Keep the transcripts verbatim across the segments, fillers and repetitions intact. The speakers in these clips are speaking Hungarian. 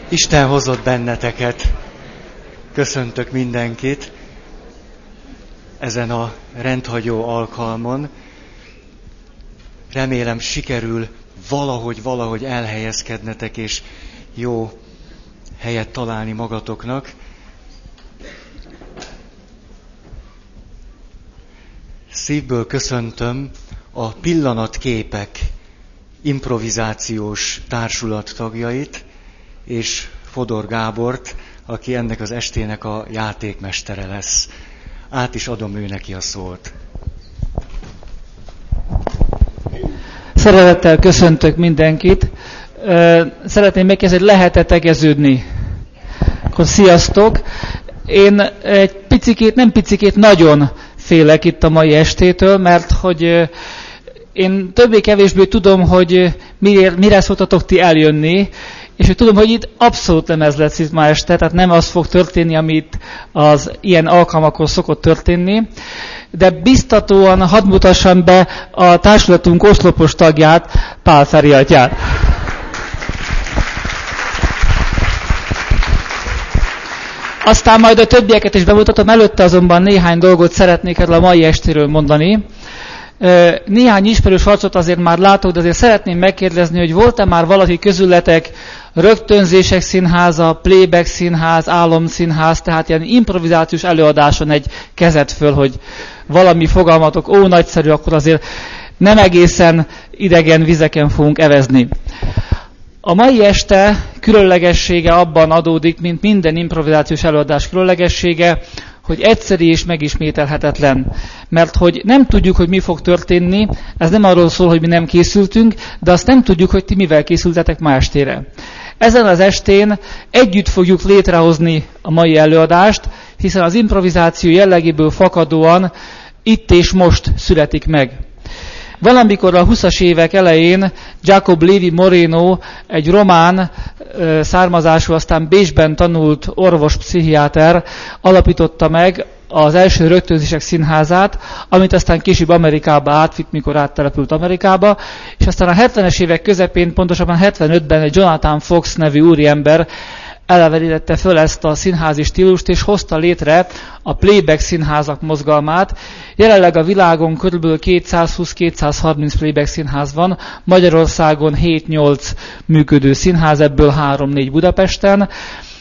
Isten hozott benneteket. Köszöntök mindenkit ezen a rendhagyó alkalmon. Remélem sikerül valahogy, valahogy elhelyezkednetek, és jó helyet találni magatoknak. Szívből köszöntöm a Pillanatképek improvizációs társulat tagjait, és Fodor Gábort, aki ennek az estének a játékmestere lesz. Át is adom ő neki a szót. Szeretettel köszöntök mindenkit. Szeretném megkérdezni, hogy lehet-e tegeződni? Akkor sziasztok! Én egy picikét, nem picikét, nagyon félek itt a mai estétől, mert hogy én többé-kevésbé tudom, hogy mire, mire szoktatok ti eljönni, és hogy tudom, hogy itt abszolút nem ez lesz itt ma este, tehát nem az fog történni, amit az ilyen alkalmakor szokott történni, de biztatóan hadd mutassam be a társulatunk oszlopos tagját, Pál Feri atyát. Aztán majd a többieket is bemutatom, előtte azonban néhány dolgot szeretnék erről a mai estéről mondani. Néhány ismerős arcot azért már látok, de azért szeretném megkérdezni, hogy volt-e már valaki közületek rögtönzések színháza, playback színház, álomszínház, tehát ilyen improvizációs előadáson egy kezet föl, hogy valami fogalmatok, ó, nagyszerű, akkor azért nem egészen idegen vizeken fogunk evezni. A mai este különlegessége abban adódik, mint minden improvizációs előadás különlegessége, hogy egyszerű és megismételhetetlen. Mert hogy nem tudjuk, hogy mi fog történni, ez nem arról szól, hogy mi nem készültünk, de azt nem tudjuk, hogy ti mivel készültetek ma estére. Ezen az estén együtt fogjuk létrehozni a mai előadást, hiszen az improvizáció jellegéből fakadóan itt és most születik meg. Valamikor a huszas évek elején Jacob Levi Moreno, egy román származású, aztán Bécsben tanult orvos-pszichiáter alapította meg az első rögtönzések színházát, amit aztán később Amerikába átvitt, mikor áttelepült Amerikába, és aztán a hetvenes évek közepén, pontosabban hetvenötben egy Jonathan Fox nevű úriember elevenítette föl ezt a színházi stílust, és hozta létre a playback színházak mozgalmát. Jelenleg a világon kb. kétszázhúsz-kétszázharminc playback színház van, Magyarországon hét-nyolc működő színház, ebből három-négy Budapesten,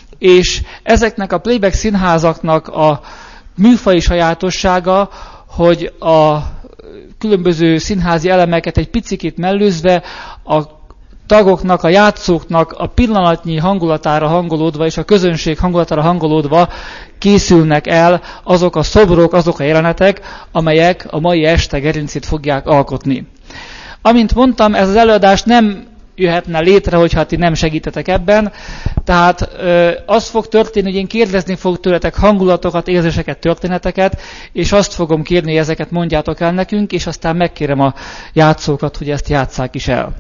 és ezeknek a playback színházaknak a műfaji sajátossága, hogy a különböző színházi elemeket egy picikét mellőzve a tagoknak, a játszóknak a pillanatnyi hangulatára hangolódva és a közönség hangulatára hangolódva készülnek el azok a szobrok, azok a jelenetek, amelyek a mai este gerincét fogják alkotni. Amint mondtam, ez az előadás nem jöhetne létre, hogyha ti nem segítetek ebben, tehát ö, az fog történni, hogy én kérdezni fog tőletek hangulatokat, érzéseket, történeteket, és azt fogom kérni, hogy ezeket mondjátok el nekünk, és aztán megkérem a játszókat, hogy ezt játsszák is el.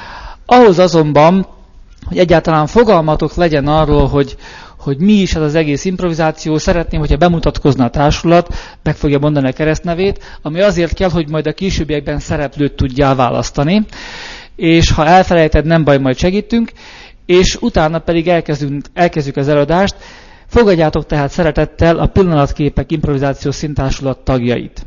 Ahhoz azonban, hogy egyáltalán fogalmatok legyen arról, hogy, hogy mi is ez az egész improvizáció, szeretném, hogyha bemutatkozna a társulat, meg fogja mondani a keresztnevét, ami azért kell, hogy majd a későbbiekben szereplőt tudjál választani, és ha elfelejted, nem baj, majd segítünk, és utána pedig elkezdünk, elkezdjük az előadást. Fogadjátok tehát szeretettel a Pillanatképek improvizációs színtársulat tagjait.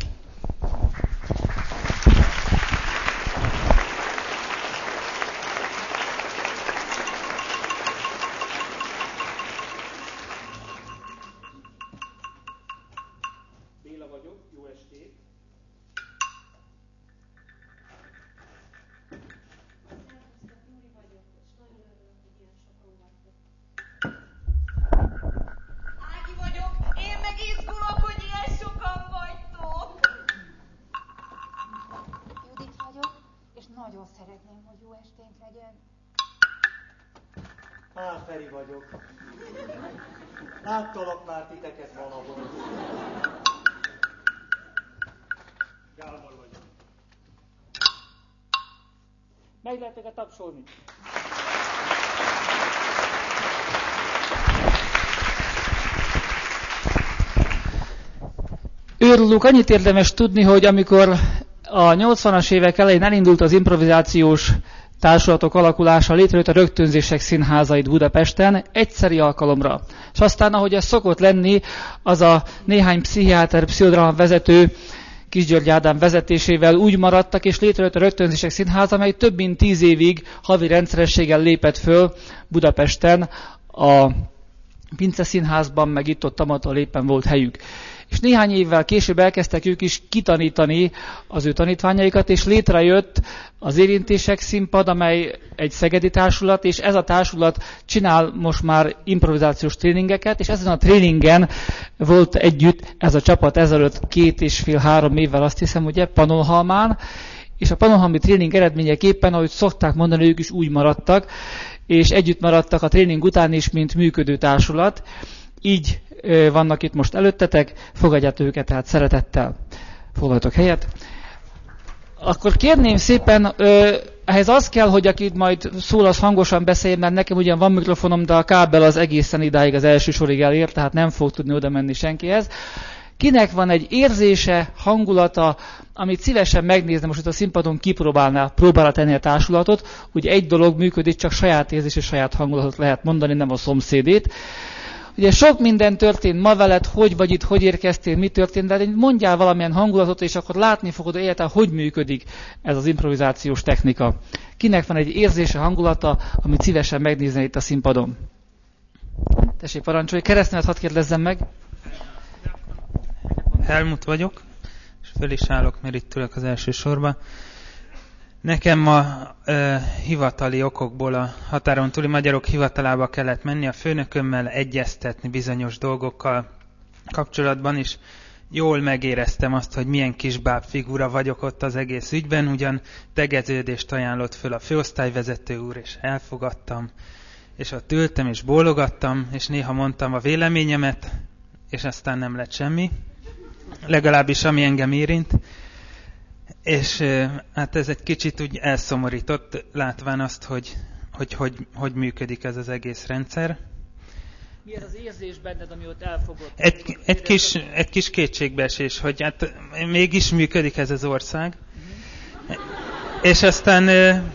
Pál Feri vagyok. Láttalak már titeket valahol. Gábor vagyok. Meg lehetnek tapsolni. Őrülünk annyit érdemes tudni, hogy amikor a nyolcvanas évek elején elindult az improvizációs társulatok alakulása létrejött a Rögtönzések Színháza itt Budapesten egyszeri alkalomra. És aztán, ahogy ez szokott lenni, az a néhány pszichiáter, pszichodrama vezető Kisgyörgy Ádám vezetésével úgy maradtak, és létrejött a Rögtönzések Színháza, amely több mint tíz évig havi rendszerességgel lépett föl Budapesten a Pince Színházban, meg itt-ott amatól éppen volt helyük. És néhány évvel később elkezdtek ők is kitanítani az ő tanítványaikat, és létrejött az Érintések Színpad, amely egy szegedi társulat, és ez a társulat csinál most már improvizációs tréningeket, és ezen a tréningen volt együtt ez a csapat ezelőtt két és fél-három évvel, azt hiszem, ugye, Pannonhalmán, és a pannonhalmi tréning eredményeképpen, ahogy szokták mondani, ők is úgy maradtak, és együtt maradtak a tréning után is, mint működő társulat. Így vannak itt most előttetek, fogadjátok őket tehát szeretettel. Foglaljatok helyet. Akkor kérném szépen, ehhez az kell, hogy aki majd szól, az hangosan beszéljen, mert nekem ugyan van mikrofonom, de a kábel az egészen idáig az első sorig elér, tehát nem fog tudni oda menni senkihez. Kinek van egy érzése, hangulata, amit szívesen megnézne, most itt a színpadon kipróbálná, próbálna tenni a társulatot, ugye egy dolog működik, csak saját érzés és saját hangulatot lehet mondani, nem a szomszédét. Ugye sok minden történt ma veled, hogy vagy itt, hogy érkeztél, mi történt, de mondjál valamilyen hangulatot, és akkor látni fogod egyáltalán, hogy működik ez az improvizációs technika. Kinek van egy érzése, hangulata, amit szívesen megnézne itt a színpadon? Tessék, parancsolj, keresztnevet hadd kérdezzem meg. Helmut vagyok, és föl is állok, mert itt ülök az első sorba. Nekem ma ö, hivatali okokból a határon túli magyarok hivatalába kellett menni, a főnökömmel egyeztetni bizonyos dolgokkal kapcsolatban, és jól megéreztem azt, hogy milyen kisbáb figura vagyok ott az egész ügyben, ugyan tegeződést ajánlott föl a főosztályvezető úr, és elfogadtam, és ott ültem és bólogattam, és néha mondtam a véleményemet, és aztán nem lett semmi, legalábbis ami engem érint. És hát ez egy kicsit úgy elszomorított, látván azt, hogy hogy, hogy hogy működik ez az egész rendszer. Mi az az érzés benned, ami ott elfogott? Egy, egy, kis, egy kis kétségbeesés, hogy hát mégis működik ez az ország. Uh-huh. És aztán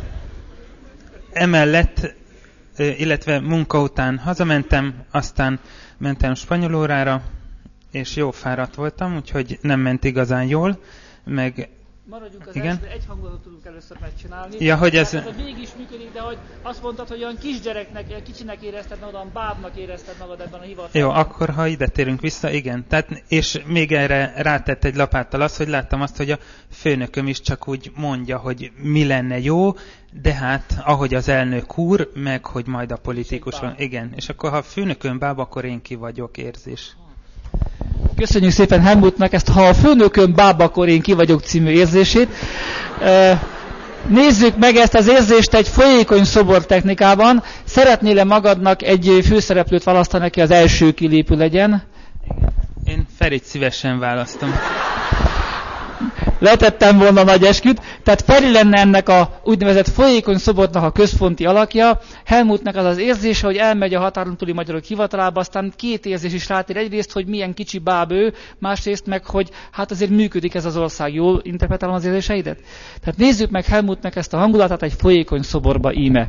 emellett, illetve munka után hazamentem, aztán mentem spanyol órára, és jó fáradt voltam, úgyhogy nem ment igazán jól, meg maradjunk az igen? első, egy hangulatot tudunk először megcsinálni. Ja, hogy ez... ez végig is működik, de hogy azt mondtad, hogy olyan kisgyereknek, olyan kicsinek érezted magad, olyan bábnak érezted magad ebben a hivatalban. Jó, akkor ha ide térünk vissza, igen. Tehát, és még erre rátett egy lapáttal az, hogy láttam azt, hogy a főnököm is csak úgy mondja, hogy mi lenne jó, de hát ahogy az elnök úr, meg hogy majd a politikuson. Igen, és akkor ha a főnököm báb, akkor én ki vagyok érzés. Köszönjük szépen Helmutnak ezt, ha a főnökön báb, akkor én ki vagyok című érzését. Nézzük meg ezt az érzést egy folyékony szobor technikában. Szeretnél-e magadnak egy főszereplőt választani, aki az első kilépő legyen? Én Ferit szívesen választom. Letettem volna nagy esküt. Tehát Feri lenne ennek a úgynevezett folyékony szobornak a központi alakja. Helmutnak az az érzése, hogy elmegy a határon túli magyarok hivatalába, aztán két érzés is rátér. Egyrészt, hogy milyen kicsi báb ő, másrészt meg, hogy hát azért működik ez az ország. Jól interpretálom az érzéseidet? Tehát nézzük meg Helmutnak ezt a hangulatát egy folyékony szoborba íme.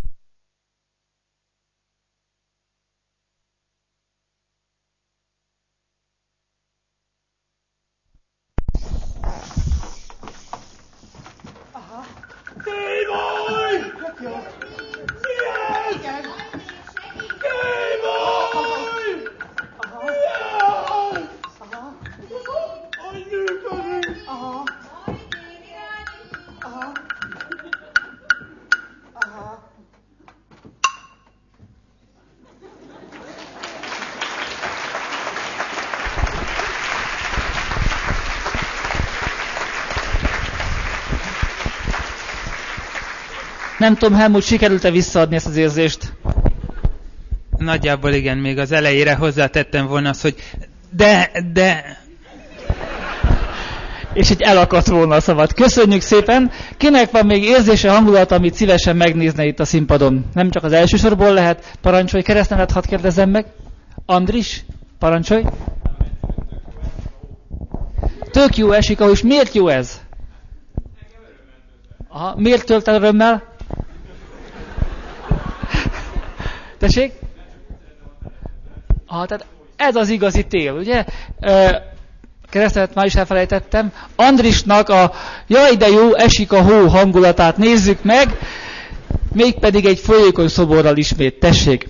Nem tudom, Helmut, sikerült-e visszaadni ezt az érzést? Nagyjából igen, még az elejére hozzátettem volna azt, hogy de, de... És így elakadt volna a szavad. Köszönjük szépen! Kinek van még érzése, hangulat, amit szívesen megnézne itt a színpadon? Nem csak az első sorból lehet. Parancsolj, keresztnevet hadd kérdezzem meg. Andris, parancsolj. Tök jó esik, ahogy miért jó ez? Aha, miért tölt el örömmel? Tessék? Ah, tehát ez az igazi tél, ugye? Keresztelet már is elfelejtettem. Andrisnak a jaj de jó, esik a hó hangulatát nézzük meg, mégpedig egy folyékony szoborral ismét. Tessék!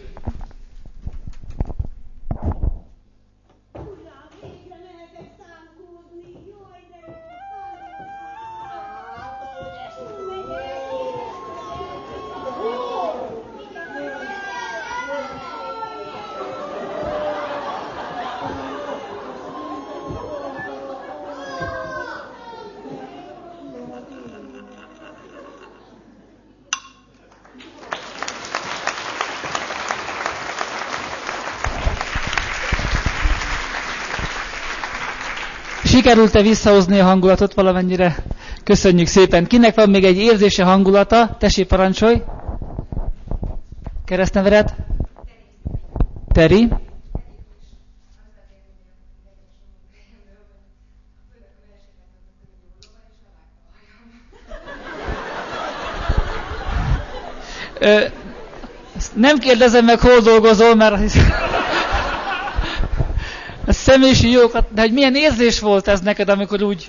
Sikerült-e visszahozni a hangulatot valamennyire? Köszönjük szépen. Kinek van még egy érzése, hangulata? Tessék, parancsolj. Keresztnevedet? Teri. Ö, nem kérdezem meg, hol dolgozol, mert a személyiségi jókat, de hogy milyen érzés volt ez neked, amikor úgy...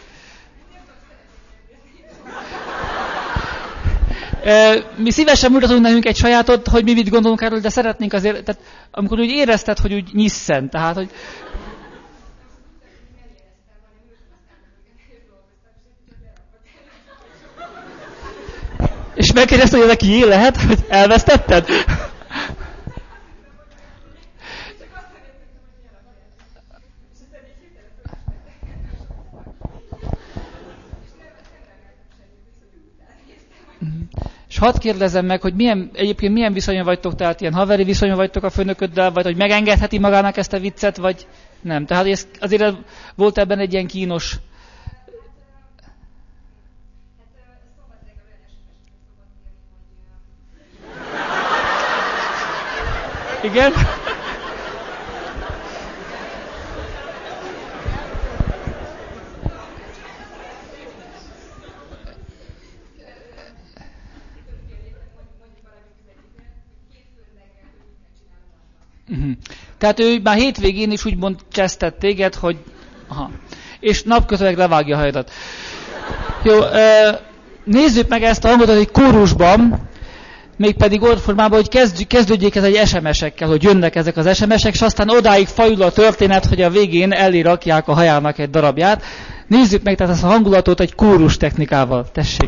Mi szívesen mutatunk nekünk egy sajátot, hogy mi mit gondolunk erről, de szeretnénk azért, tehát amikor úgy érezted, hogy úgy nyisszen, tehát, hogy... És megkérdezted, hogy ez kié lehet, hogy elvesztetted? És hadd kérdezem meg, hogy milyen, egyébként milyen viszonyban vagytok, tehát ilyen haveri viszonyban vagytok a főnököddel, vagy hogy megengedheti magának ezt a viccet, vagy nem. Tehát ez, azért volt ebben egy ilyen kínos... Igen? Uh-huh. Tehát ő már hétvégén is úgymond csesztett téged, hogy... Aha. És napközben levágja a hajadat. Jó, nézzük meg ezt a hangot egy kórusban, mégpedig olyan formában, hogy kezd, kezdődjék ez egy es em es-ekkel, hogy jönnek ezek az es em es-ek, és aztán odáig fajul a történet, hogy a végén elé rakják a hajának egy darabját. Nézzük meg tehát ezt a hangulatot egy kórus technikával. Tessék!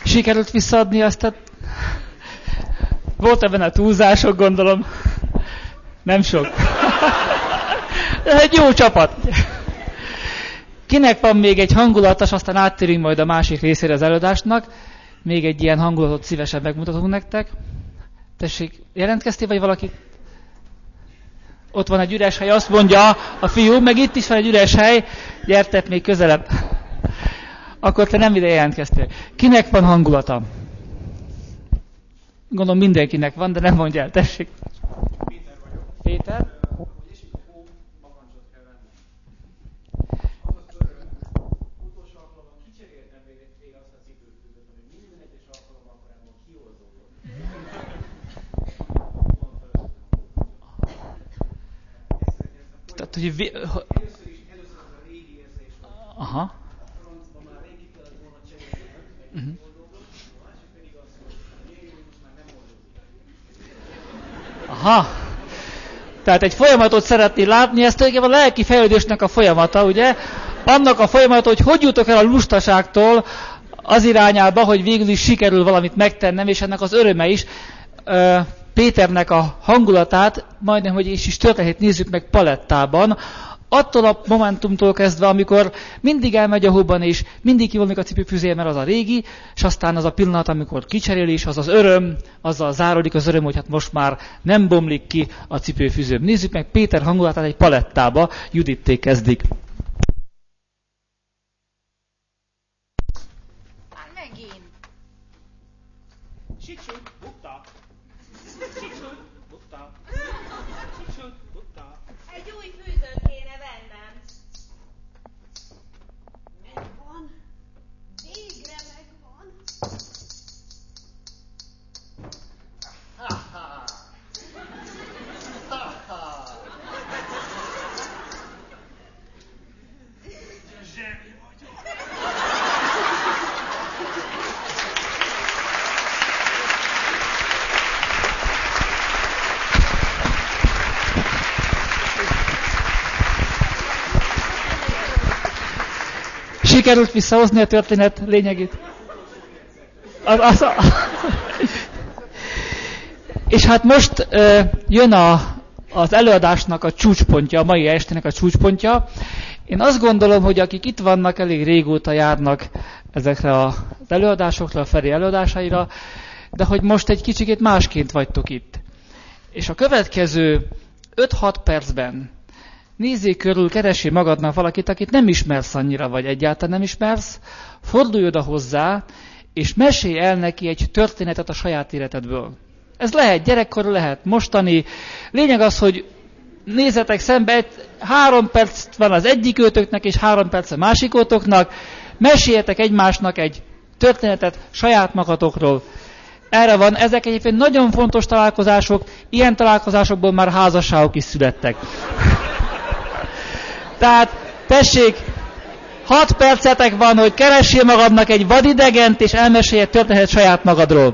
Sikerült visszaadni azt a... Volt ebben a túlzások, gondolom. Nem sok. Ez egy jó csapat. Kinek van még egy hangulatos, aztán áttérünk majd a másik részére az előadásnak. Még egy ilyen hangulatot szívesen megmutatunk nektek. Tessék, jelentkeztél, vagy valaki? Ott van egy üres hely, azt mondja a fiú, meg itt is van egy üres hely, gyertek még közelebb. Akkor te nem ide jelentkeztél. Kinek van hangulata? Gondolom mindenkinek van, de nem mondja el, tessék. Péter vagyok. Péter? És hó bakancsot kell venni. Az az öröm, utolsó alkalommal kicseréltem még azt a cipőfűzőt, hogy minden egyes alkalommal korábban kioldódott. Tehát, hogy... Vi- Először is, először az a régi érzés volt. Aha. A francban már régi kellett volna cserélni, meg Uh-huh. kioldódott. A másik pedig az, hogy régi most már nem oldódik. Aha. Tehát egy folyamatot szeretnél látni, ez tulajdonképpen a lelki fejlődésnek a folyamata, ugye? Annak a folyamata, hogy hogy jutok el a lustaságtól az irányába, hogy végül is sikerül valamit megtennem, és ennek az öröme is. Péternek a hangulatát, majdnem, hogy is is történetét nézzük meg palettában, attól a momentumtól kezdve, amikor mindig elmegy a hóban, és mindig kivonlik a cipőfűzéje, mert az a régi, és aztán az a pillanat, amikor kicserél is, az az öröm, azzal záródik az öröm, hogy hát most már nem bomlik ki a cipőfűzőm. Nézzük meg Péter hangulatát egy palettába, Juditték kezdik. Már megint. Sicsut, bukta. Sicsut, bukta. Sicsut, bukta. Egy új fűzőt kéne vennem. Megvan. Végre megvan. Zseni vagyok. Sikerült visszahozni a történet lényegét? Az, az, a... És hát most uh, jön a, az előadásnak a csúcspontja, a mai estének a csúcspontja. Én azt gondolom, hogy akik itt vannak, elég régóta járnak ezekre az előadásokra, a Feri előadásaira, de hogy most egy kicsikét másként vagytok itt. És a következő öt-hat percben nézzék körül, keressél magadnak valakit, akit nem ismersz annyira, vagy egyáltalán nem ismersz, fordulj oda hozzá, és mesélj el neki egy történetet a saját életedből. Ez lehet gyerekkor, lehet mostani. Lényeg az, hogy nézzetek szembe, egy, három perc van az egyik őtöknek, és három perc a másik őtöknek. Meséljetek egymásnak egy történetet saját magatokról. Erre van, ezek egyébként nagyon fontos találkozások, ilyen találkozásokból már házasságok is születtek. Tehát, tessék, hat percetek van, hogy keressél magadnak egy vadidegent, és elmesélj egy történetet saját magadról.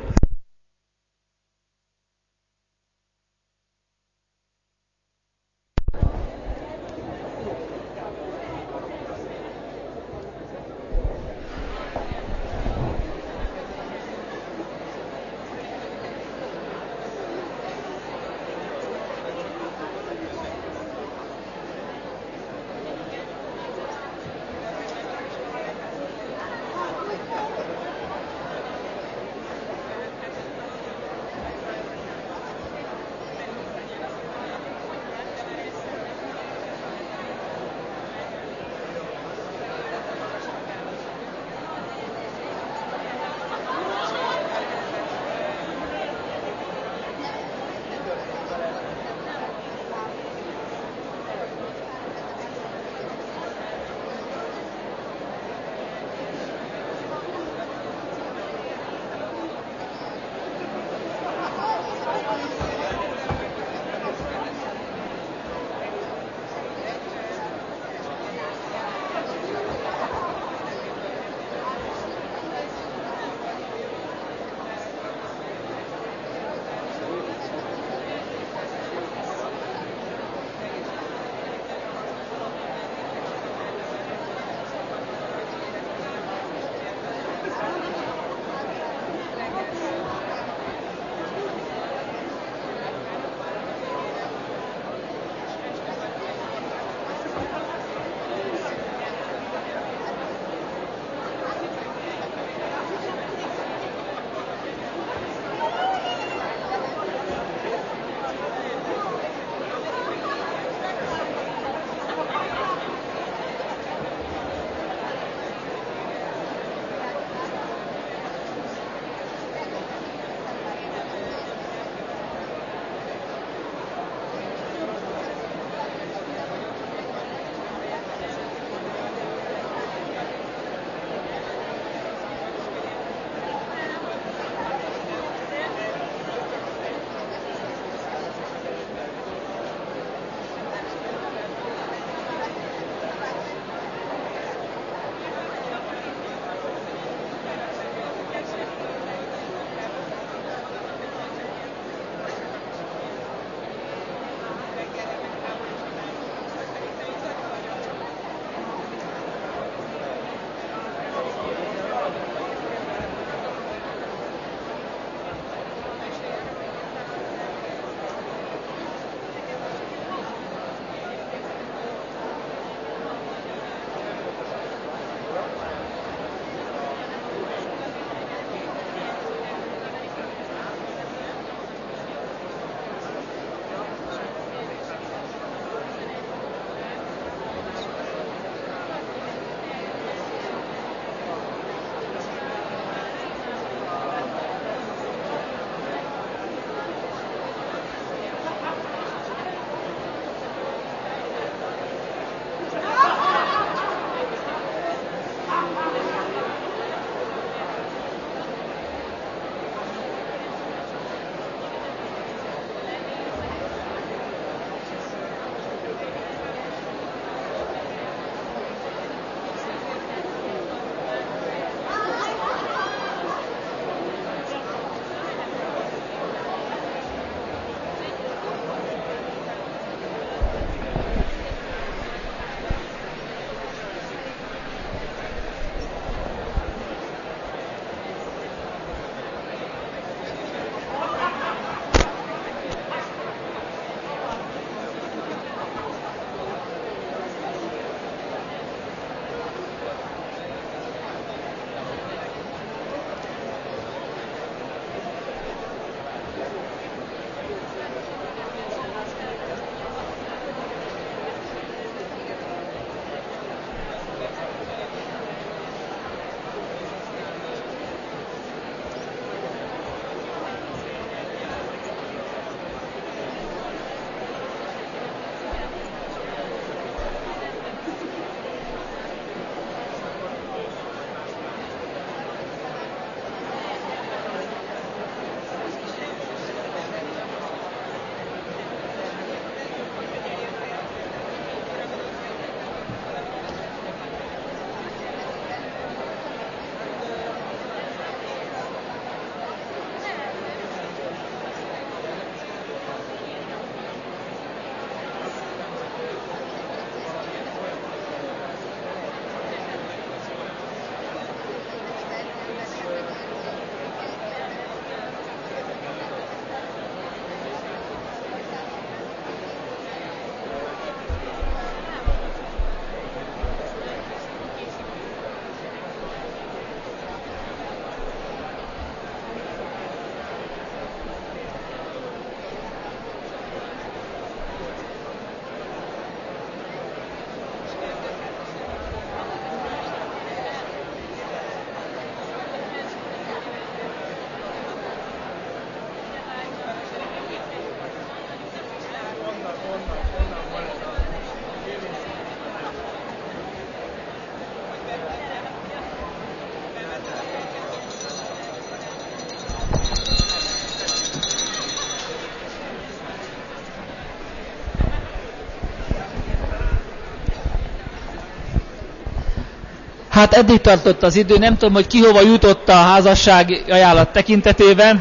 Hát eddig tartott az idő, nem tudom, hogy ki hova jutott a házasság ajánlat tekintetében,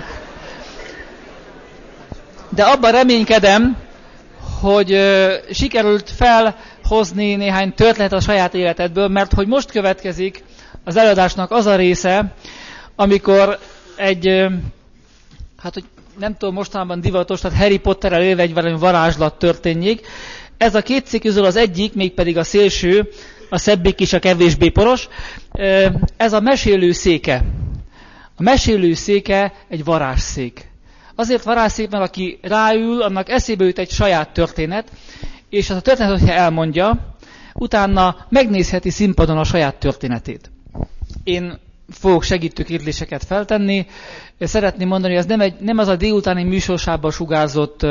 de abban reménykedem, hogy ö, sikerült felhozni néhány történet a saját életedből, mert hogy most következik az előadásnak az a része, amikor egy, ö, hát hogy nem tudom, mostanában divatos, tehát Harry Potterrel élve egy valami varázslat történjék. Ez a két cikk közül az egyik, mégpedig a szélső, a szebbik is a kevésbé poros. Ez a mesélő széke. A mesélő széke egy varázsszék. Azért varázsszék, mert aki ráül, annak eszébe jut egy saját történet, és az a történet, hogyha elmondja, utána megnézheti színpadon a saját történetét. Én fogok segítő kérdéseket feltenni. Szeretném mondani, hogy ez nem, egy, nem az a délutáni műsorsában sugárzott,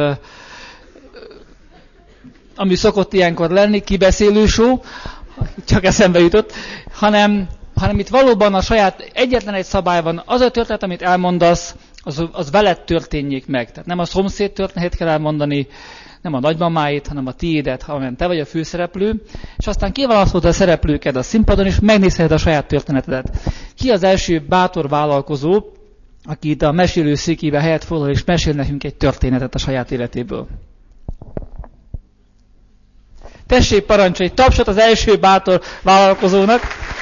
ami szokott ilyenkor lenni, kibeszélő show, csak eszembe jutott, hanem, hanem itt valóban a saját, egyetlen egy szabály van, az a történet, amit elmondasz, az, az veled történjék meg. Tehát nem a szomszéd történetét kell elmondani, nem a nagymamáit, hanem a tiédet, hanem te vagy a főszereplő, és aztán kiválasztod a szereplőket a színpadon, és megnézheted a saját történetedet. Ki az első bátor vállalkozó, aki itt a mesélő székébe helyet foglal, és mesél nekünk egy történetet a saját életéből? Tessék, parancsolj, egy tapsot az első bátor vállalkozónak.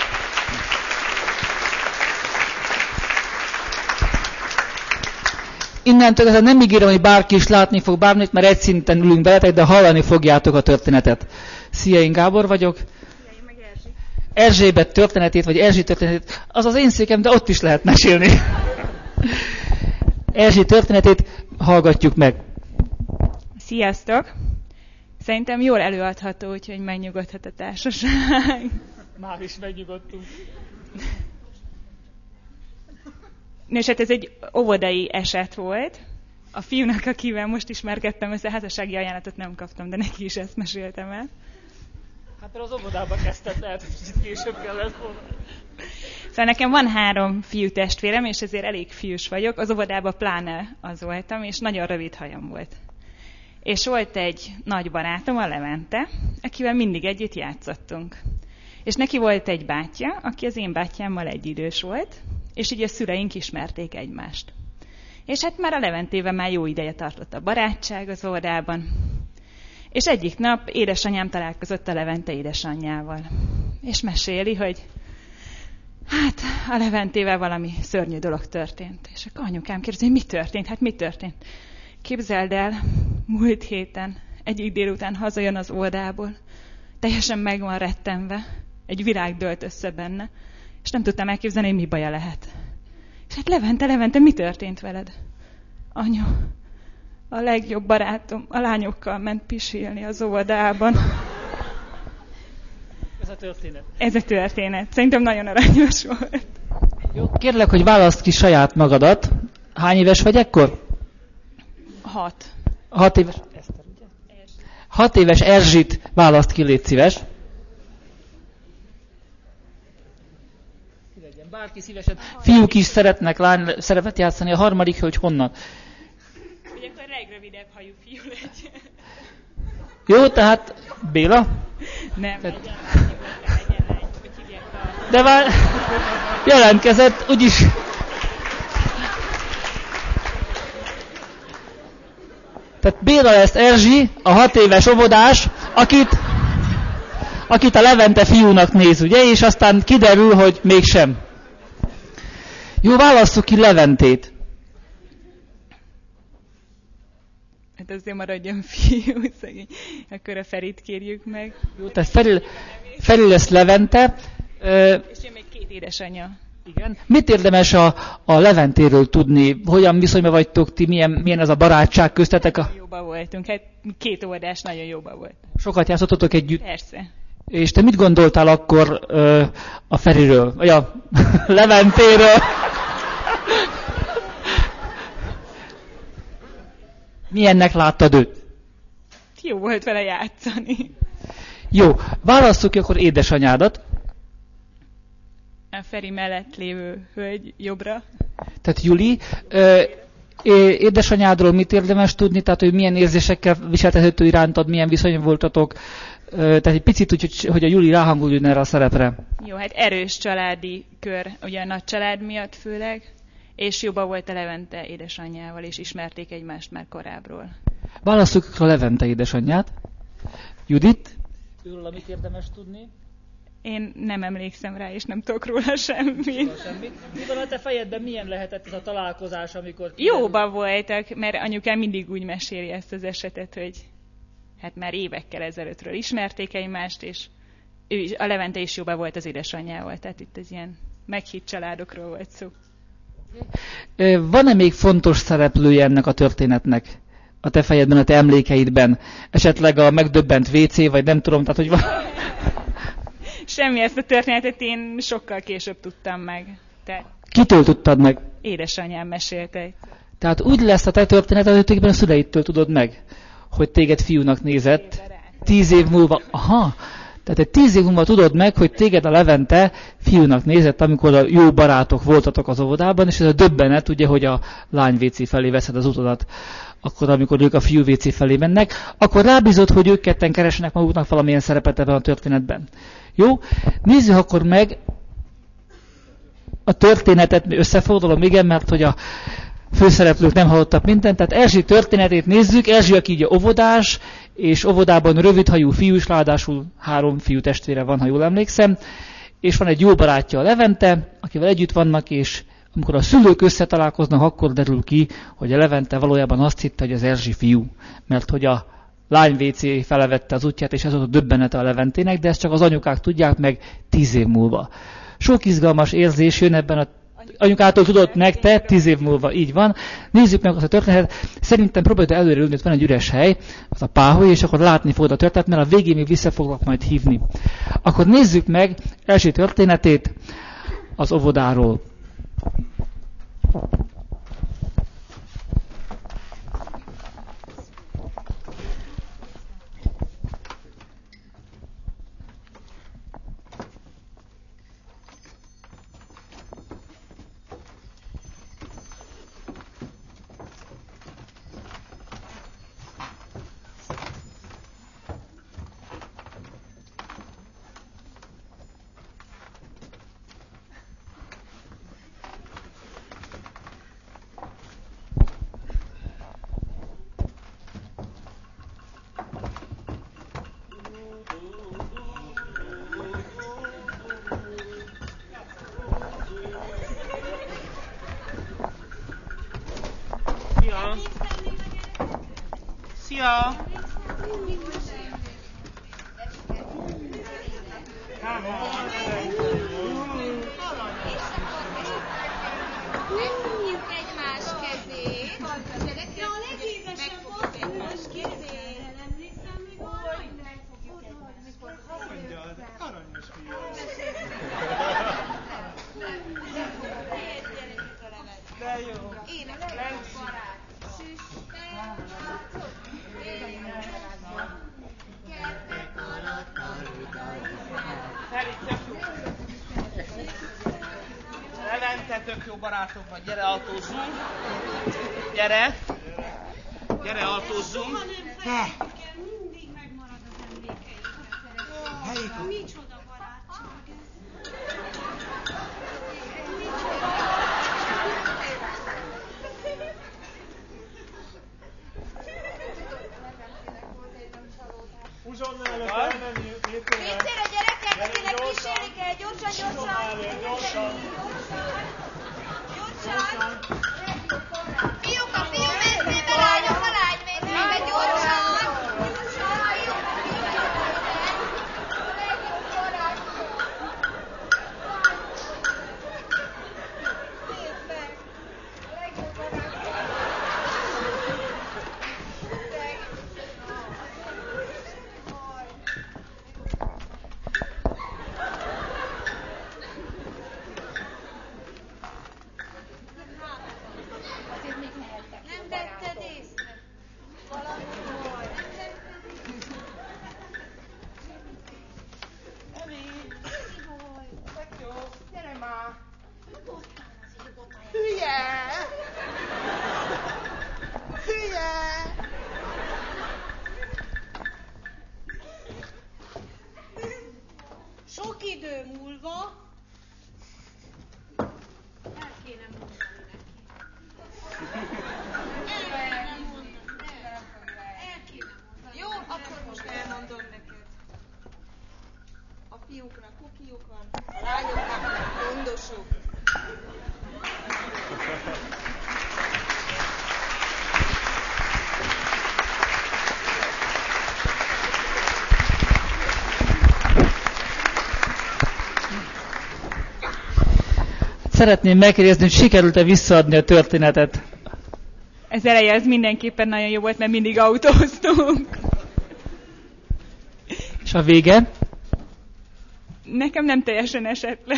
Innentől ezzel nem ígérem, hogy bárki is látni fog bármit, mert egy szinten ülünk veletek, de hallani fogjátok a történetet. Szia, én Gábor vagyok. Szia, én meg Erzsi. Erzsébet történetét, vagy Erzsi történetét, az az én székem, de ott is lehet mesélni. Erzsi történetét hallgatjuk meg. Sziasztok! Szerintem jól előadható, úgyhogy megnyugodhat a társaság. Már is megnyugodtunk. Nos, hát ez egy óvodai eset volt. A fiúnak, akivel most ismerkedtem össze, házassági ajánlatot nem kaptam, de neki is ezt meséltem el. Hát mert az óvodába kezdett, lehet, hogy kicsit később kellett volna. Szóval nekem van három fiú testvérem, és ezért elég fiús vagyok. Az óvodában pláne az voltam, és nagyon rövid hajam volt. És volt egy nagy barátom, a Levente, akivel mindig együtt játszottunk. És neki volt egy bátyja, aki az én bátyámmal egyidős volt, és így a szüleink ismerték egymást. És hát már a Leventével már jó ideje tartott a barátság az óvodában. És egyik nap édesanyám találkozott a Levente édesanyjával. És meséli, hogy hát a Leventével valami szörnyű dolog történt. És akkor anyukám kérdezi, hogy mi történt? Hát mi történt? Képzeld el, múlt héten, egyik délután hazajön az óvodából, teljesen meg van rettenve, egy virág dőlt össze benne, és nem tudtam elképzelni, hogy mi baja lehet. És hát Levente, Levente, mi történt veled? Anyu, a legjobb barátom a lányokkal ment pisilni az óvodában. Ez a történet. Ez a történet. Szerintem nagyon aranyos volt. Jó, kérlek, hogy válaszd ki saját magadat. Hány éves vagy ekkor? Hat. Hat éves. Hat éves Erzsit választ ki, légy szíves. Bárki szívesen. Fiúk is szeretnek lány szerepet játszani. A harmadik hölgy honnan? Ugye akkor a legrövidebb hajú fiú legyen. Jó, tehát Béla? Nem, tehát... legyen lány, legyen lány. Hogy hívják a... De már jelentkezett, úgyis... Tehát Béla lesz Erzsi, a hat éves óvodás, akit, akit a Levente fiúnak néz, ugye? És aztán kiderül, hogy mégsem. Jó, válasszuk ki Leventét. Hát azért maradjon fiú, szegény. Akkor a Ferit kérjük meg. Jó, tehát Feri, Feri lesz Levente. Ö, És én még két édesanyja. Igen. Mit érdemes a, a Leventéről tudni? Hogyan viszonyban vagytok ti? Milyen, milyen ez a barátság köztetek? A... Jóba voltunk. Hát két óvodás nagyon jóba volt. Sokat játszottatok együtt? Persze. És te mit gondoltál akkor ö, a Feriről? Vagy a Leventéről? Milyennek láttad őt? Jó volt vele játszani. Jó, válasszuk ki akkor édesanyádat. A Feri mellett lévő hölgy jobbra. Tehát Juli, ö, édesanyádról mit érdemes tudni? Tehát, hogy milyen érzésekkel viseltethető irántad, milyen viszony voltatok? tehát egy picit úgy, hogy, hogy a Juli ráhangoljon erre a szerepre. Jó, hát erős családi kör, ugye a nagy család miatt főleg, és jobban volt a Levente édesanyjával, és ismerték egymást már korábbról. Válasszuk a Levente édesanyját. Judit? Őről mit érdemes tudni? Én nem emlékszem rá, és nem tudok róla semmit. semmit. Mi van a te fejedben, milyen lehetett ez a találkozás, amikor... Jóban voltak, mert anyukám mindig úgy meséli ezt az esetet, hogy hát már évekkel ezelőttről ismerték egymást, és ő is, a Levente is jóban volt az édesanyjával, tehát itt az ilyen meghitt családokról volt szó. Van-e még fontos szereplője ennek a történetnek a te fejedben, a te emlékeidben? Esetleg a megdöbbent vé cé, vagy nem tudom, tehát hogy van... Semmi, ezt a történetet én sokkal később tudtam meg. Te... Kitől tudtad meg? Édesanyám mesélte. Tehát úgy lesz a te történeted, hogy tulajdonképpen a szüleidtől tudod meg, hogy téged fiúnak nézett. Tíz év múlva, aha, tehát egy tíz év múlva tudod meg, hogy téged a Levente fiúnak nézett, amikor a jó barátok voltatok az óvodában, és ez a döbbenet, ugye, hogy a lány vé cé felé veszed az utadat, akkor, amikor ők a fiú vé cé felé mennek, akkor rábízod, hogy ők ketten keresnek maguknak valamilyen szerepet ebben a történetben. Jó? Nézzük akkor meg a történetet, összefoglalom, igen, mert hogy a főszereplők nem hallottak mindent, tehát Erzsi történetét nézzük, Erzsi, aki így óvodás, és óvodában rövidhajú fiú is, ráadásul három fiú testvére van, ha jól emlékszem, és van egy jó barátja, a Levente, akivel együtt vannak, és amikor a szülők összetalálkoznak, akkor derül ki, hogy a Levente valójában azt hitte, hogy az Erzsi fiú, mert hogy a lány vé cé felevette az útját, és ez volt a döbbenete a Leventének, de ezt csak az anyukák tudják meg tíz év múlva. Sok izgalmas érzés jön ebben a anyukától tudod meg, te tíz év múlva, így van. Nézzük meg azt a történetet. Szerintem próbálj előre ülni, hogy van egy üres hely, az a páholy, és akkor látni fogod a történetet, mert a végén még vissza foglak majd hívni. Akkor nézzük meg első történetét az óvodáról. Szia! Megfogjuk egymás kezét. De a legézesebb volt egymás kezét. Emlékszem, még arra, hogy megfogjuk egymás kezét. Mondja, de aranyos fiú. De jó. Én a legjobb barát. Süstel, kertek alatt a Feri, tök jó. Levente, tök jó barátok vagy. Gyere, autózzunk. Gyere. Gyere, autózzunk. mindig megmarad az emlékeim. Micsoda barátság ez. Uzsonna előtt elmenni hétőre. Hétőre gyerekek, akinek kísérni kell, gyorsan, gyorsan. Gyorsan. Gyorsan. Fiúk a fiú mészébe, lányok a lány mészébe, gyorsan. sok idő múlva el kéne mondani neki. El kéne mondani. El kéne mondani. Jó, akkor most elmondom neked. A fiúknak kukiuk van, a lányoknak gondosuk. Szeretném megkérdezni, hogy sikerült-e visszaadni a történetet? Ez eleje az mindenképpen nagyon jó volt, mert mindig autóztunk. És a vége? Nekem nem teljesen esett le.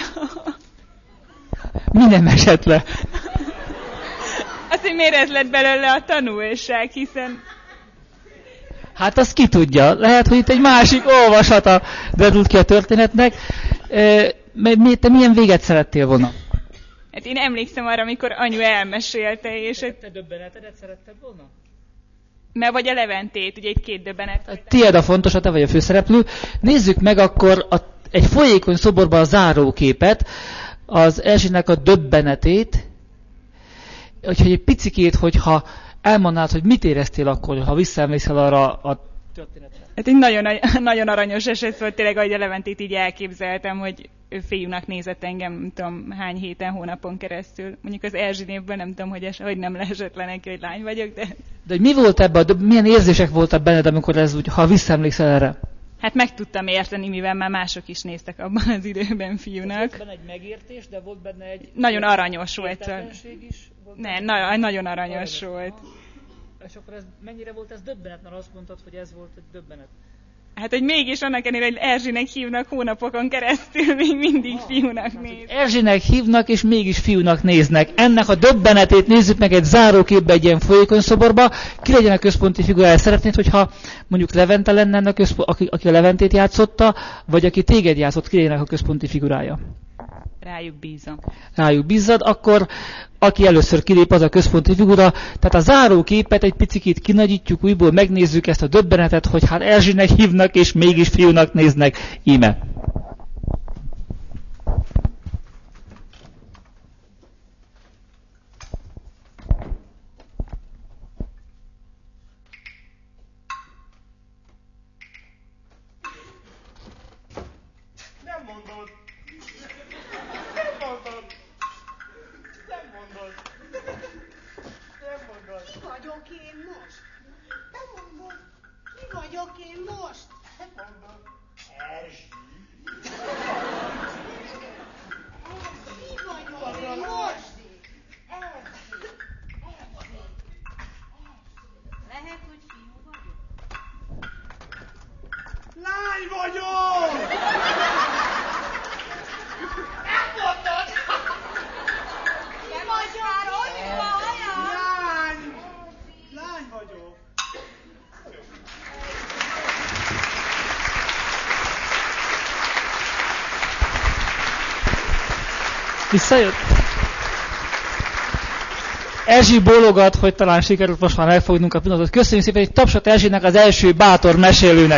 Mi nem esett le? Az, hogy miért ez lett belőle a tanulság, hiszen... Hát azt ki tudja. Lehet, hogy itt egy másik olvasata derült ki a történetnek. E, te milyen véget szerettél volna? Hát én emlékszem arra, amikor anyu elmesélte, és... Te döbbenetedet szeretted volna? Mert vagy a Leventét, ugye itt két döbbenet. Tied a fontos, te vagy a főszereplő. Nézzük meg akkor a, egy folyékony szoborban a záróképet, az Erzsének a döbbenetét. Úgyhogy egy picikét, hogyha elmondanád, hogy mit éreztél akkor, ha visszaemlékszel arra a történetre. Hát egy nagyon, nagyon aranyos eset volt, tényleg, ahogy a Leventét így elképzeltem, hogy ő fiúnak nézett engem, nem tudom, hány héten, hónapon keresztül. Mondjuk az Erzsinévből nem tudom, hogy, es, hogy nem leesett le neki, hogy lány vagyok, de... De mi volt ebben, milyen érzések voltak benned, amikor ez úgy, ha visszaemlékszel erre? Hát meg tudtam érteni, mivel már mások is néztek abban az időben fiúnak. Volt benne egy megértés, de volt benne egy... Nagyon aranyos volt. Is volt ne, na, nagyon aranyos, aranyos volt. És akkor ez, mennyire volt ez döbbenet, mert azt mondtad, hogy ez volt egy döbbenet. Hát, hogy mégis annak ellenére, hogy Erzsinek hívnak hónapokon keresztül, még mindig ah, fiúnak néz. Erzsinek hívnak, és mégis fiúnak néznek. Ennek a döbbenetét nézzük meg egy záróképbe, egy ilyen folyékony szoborba. Ki legyen a központi figurája? Szeretnéd, hogyha mondjuk Levente lenne, a közpo- aki, aki a Leventét játszotta, vagy aki téged játszott, ki legyen a központi figurája? Rájuk bízom. Rájuk bízzad, akkor aki először kilép, az a központi figura. Tehát a záróképet egy picit kinagyítjuk újból, megnézzük ezt a döbbenetet, hogy hát Erzsinek hívnak, és mégis fiúnak néznek. Íme. Visszajött? Erzsi bólogat, hogy talán sikerült most már megfognunk a pillanatot. Köszönjük szépen, egy tapsot Erzsinek, az első bátor mesélőnek.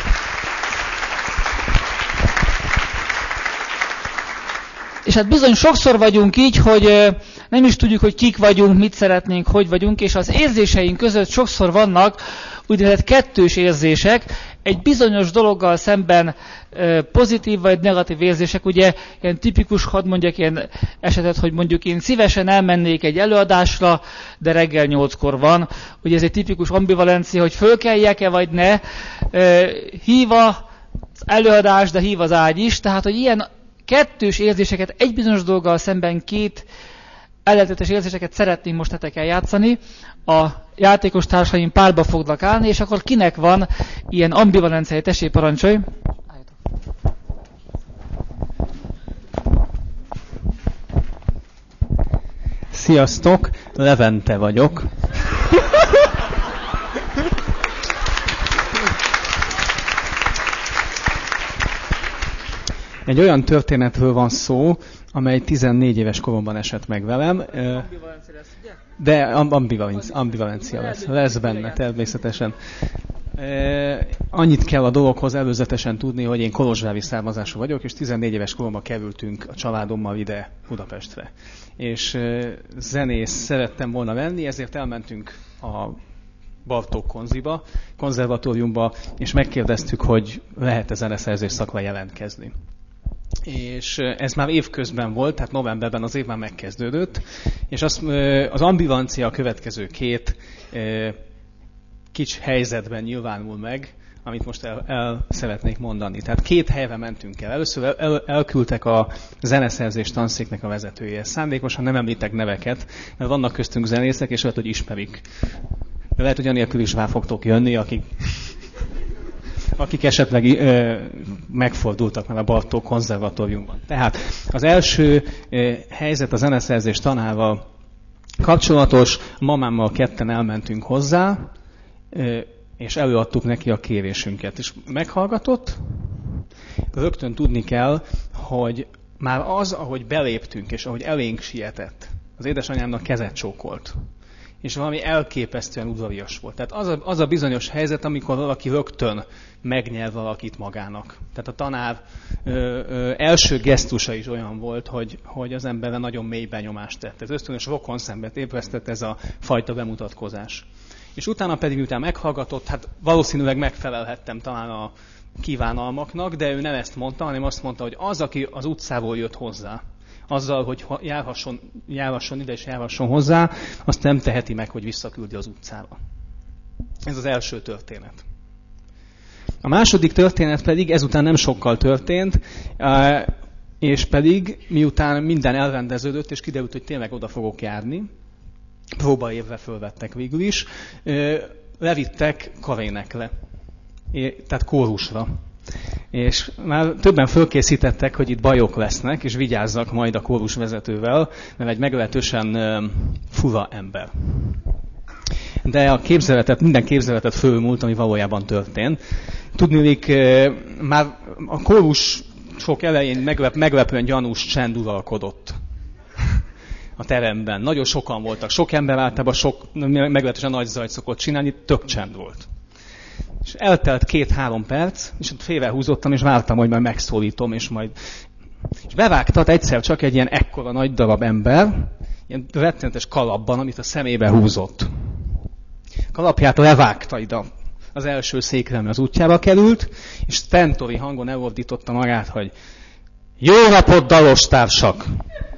És hát bizony sokszor vagyunk így, hogy nem is tudjuk, hogy kik vagyunk, mit szeretnénk, hogy vagyunk, és az érzéseink között sokszor vannak úgynevezett kettős érzések, egy bizonyos dologgal szemben pozitív vagy negatív érzések, ugye ilyen tipikus, hadd mondjak ilyen esetet, hogy mondjuk én szívesen elmennék egy előadásra, de reggel nyolckor van. Ugye ez egy tipikus ambivalencia, hogy fölkeljek-e vagy ne, hív az előadás, de hív az ágy is, tehát hogy ilyen kettős érzéseket, egy bizonyos dologgal szemben két ellentétes érzéseket szeretném most netekkel játszani. A játékos társaim párba fognak állni, és akkor kinek van ilyen ambivalenciai, tessék, parancsolj. Sziasztok, Levente vagyok. Egy olyan történetről van szó, amely tizennégy éves koromban esett meg velem. De ambivalencia, ambivalencia lesz, lesz benne természetesen. E, annyit kell a dologhoz előzetesen tudni, hogy én kolozsvári származású vagyok, és tizennégy éves koromban kerültünk a családommal ide Budapestre. És e, zenész szerettem volna lenni, ezért elmentünk a Bartók Konziba, konzervatóriumba, és megkérdeztük, hogy lehet-e zeneszerzés szakra jelentkezni. És ez már évközben volt, tehát novemberben az év már megkezdődött, és az, az ambivalencia a következő két kicsi helyzetben nyilvánul meg, amit most el, el szeretnék mondani. Tehát két helyre mentünk el. Először el, el, elküldtek a zeneszerzés tanszéknek a vezetője. Szándékosan nem említek neveket, mert vannak köztünk zenészek, és lehet, hogy ismerik. De lehet, hogy anélkül is rá fogtok jönni, akik, akik esetleg ö, megfordultak már a Bartók konzervatóriumban. Tehát az első ö, helyzet a zeneszerzés tanával kapcsolatos, mamámmal ketten elmentünk hozzá, ö, és előadtuk neki a kérésünket. És meghallgatott, rögtön tudni kell, hogy már az, ahogy beléptünk, és ahogy elénk sietett, az édesanyámnak kezet csókolt. És valami elképesztően udvarias volt. Tehát az a, az a bizonyos helyzet, amikor valaki rögtön megnyer valakit magának. Tehát a tanár ö, ö, első gesztusa is olyan volt, hogy, hogy az emberre nagyon mély benyomást tett. Ez ösztönös rokonszenvet ébresztett ez a fajta bemutatkozás. És utána pedig, miután meghallgatott, hát valószínűleg megfelelhettem talán a kívánalmaknak, de ő nem ezt mondta, hanem azt mondta, hogy az, aki az utcából jött hozzá, azzal, hogy járhasson, járhasson ide és járhasson hozzá, azt nem teheti meg, hogy visszaküldi az utcába. Ez az első történet. A második történet pedig ezután nem sokkal történt, és pedig miután minden elrendeződött, és kiderült, hogy tényleg oda fogok járni, próbaévre fölvettek végül is, levittek karénekre, tehát kórusra. És már többen fölkészítettek, hogy itt bajok lesznek, és vigyázzak majd a kórus vezetővel, mert egy meglehetősen fura ember. De a képzeletet, minden képzeletet fölmúlt, ami valójában történt. Tudniillik, már a kórus sok elején meglep, meglepően gyanús csend uralkodott a teremben. Nagyon sokan voltak. Sok ember általában sok, meglehetősen nagy zajt szokott csinálni, tök csend volt. És eltelt két-három perc, és ott félrehúzottam, és vártam, hogy majd megszólítom, és majd... És bevágtat egyszer csak egy ilyen ekkora nagy darab ember, ilyen rettenetes kalapban, amit a szemébe húzott. Kalapját levágta ide az első székre, ami az útjába került, és stentori hangon elordította magát, hogy jó napot, dalostársak!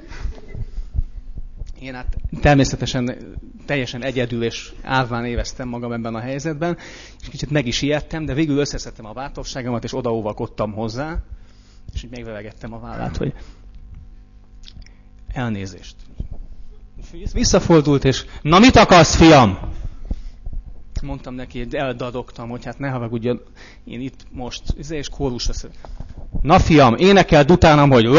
Én hát természetesen teljesen egyedül és árván éreztem magam ebben a helyzetben, és kicsit meg is ijedtem, de végül összeszedtem a bátorságomat, és odaóvakodtam hozzá, és így megveregettem a vállát, hogy elnézést. Visszafordult, és na mit akarsz, fiam? Mondtam neki, eldadogtam, hogy hát ne haragudjon, én itt most, és kórusra szöv. Na fiam, énekeld utánam, hogy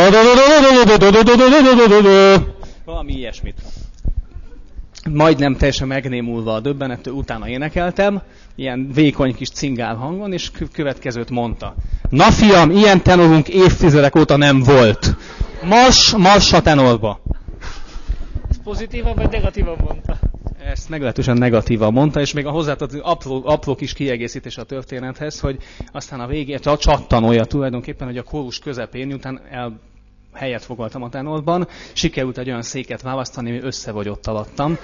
valami ilyesmit. Majdnem teljesen megnémulva a döbbenettől, utána énekeltem, ilyen vékony kis cingál hangon, és következőt mondta. Na fiam, ilyen tenorunk évtizedek óta nem volt. Mars, mars a tenorba. Ez pozitívan vagy negatívan mondta? Ezt meglehetősen negatívan mondta, és még a hozzátartozó apró, apró kis kiegészítés a történethez, hogy aztán a végén, a csattanója tulajdonképpen, hogy a kórus közepén, miután el helyet foglaltam a tenorban, sikerült egy olyan széket választani, ami összevagyott alattam.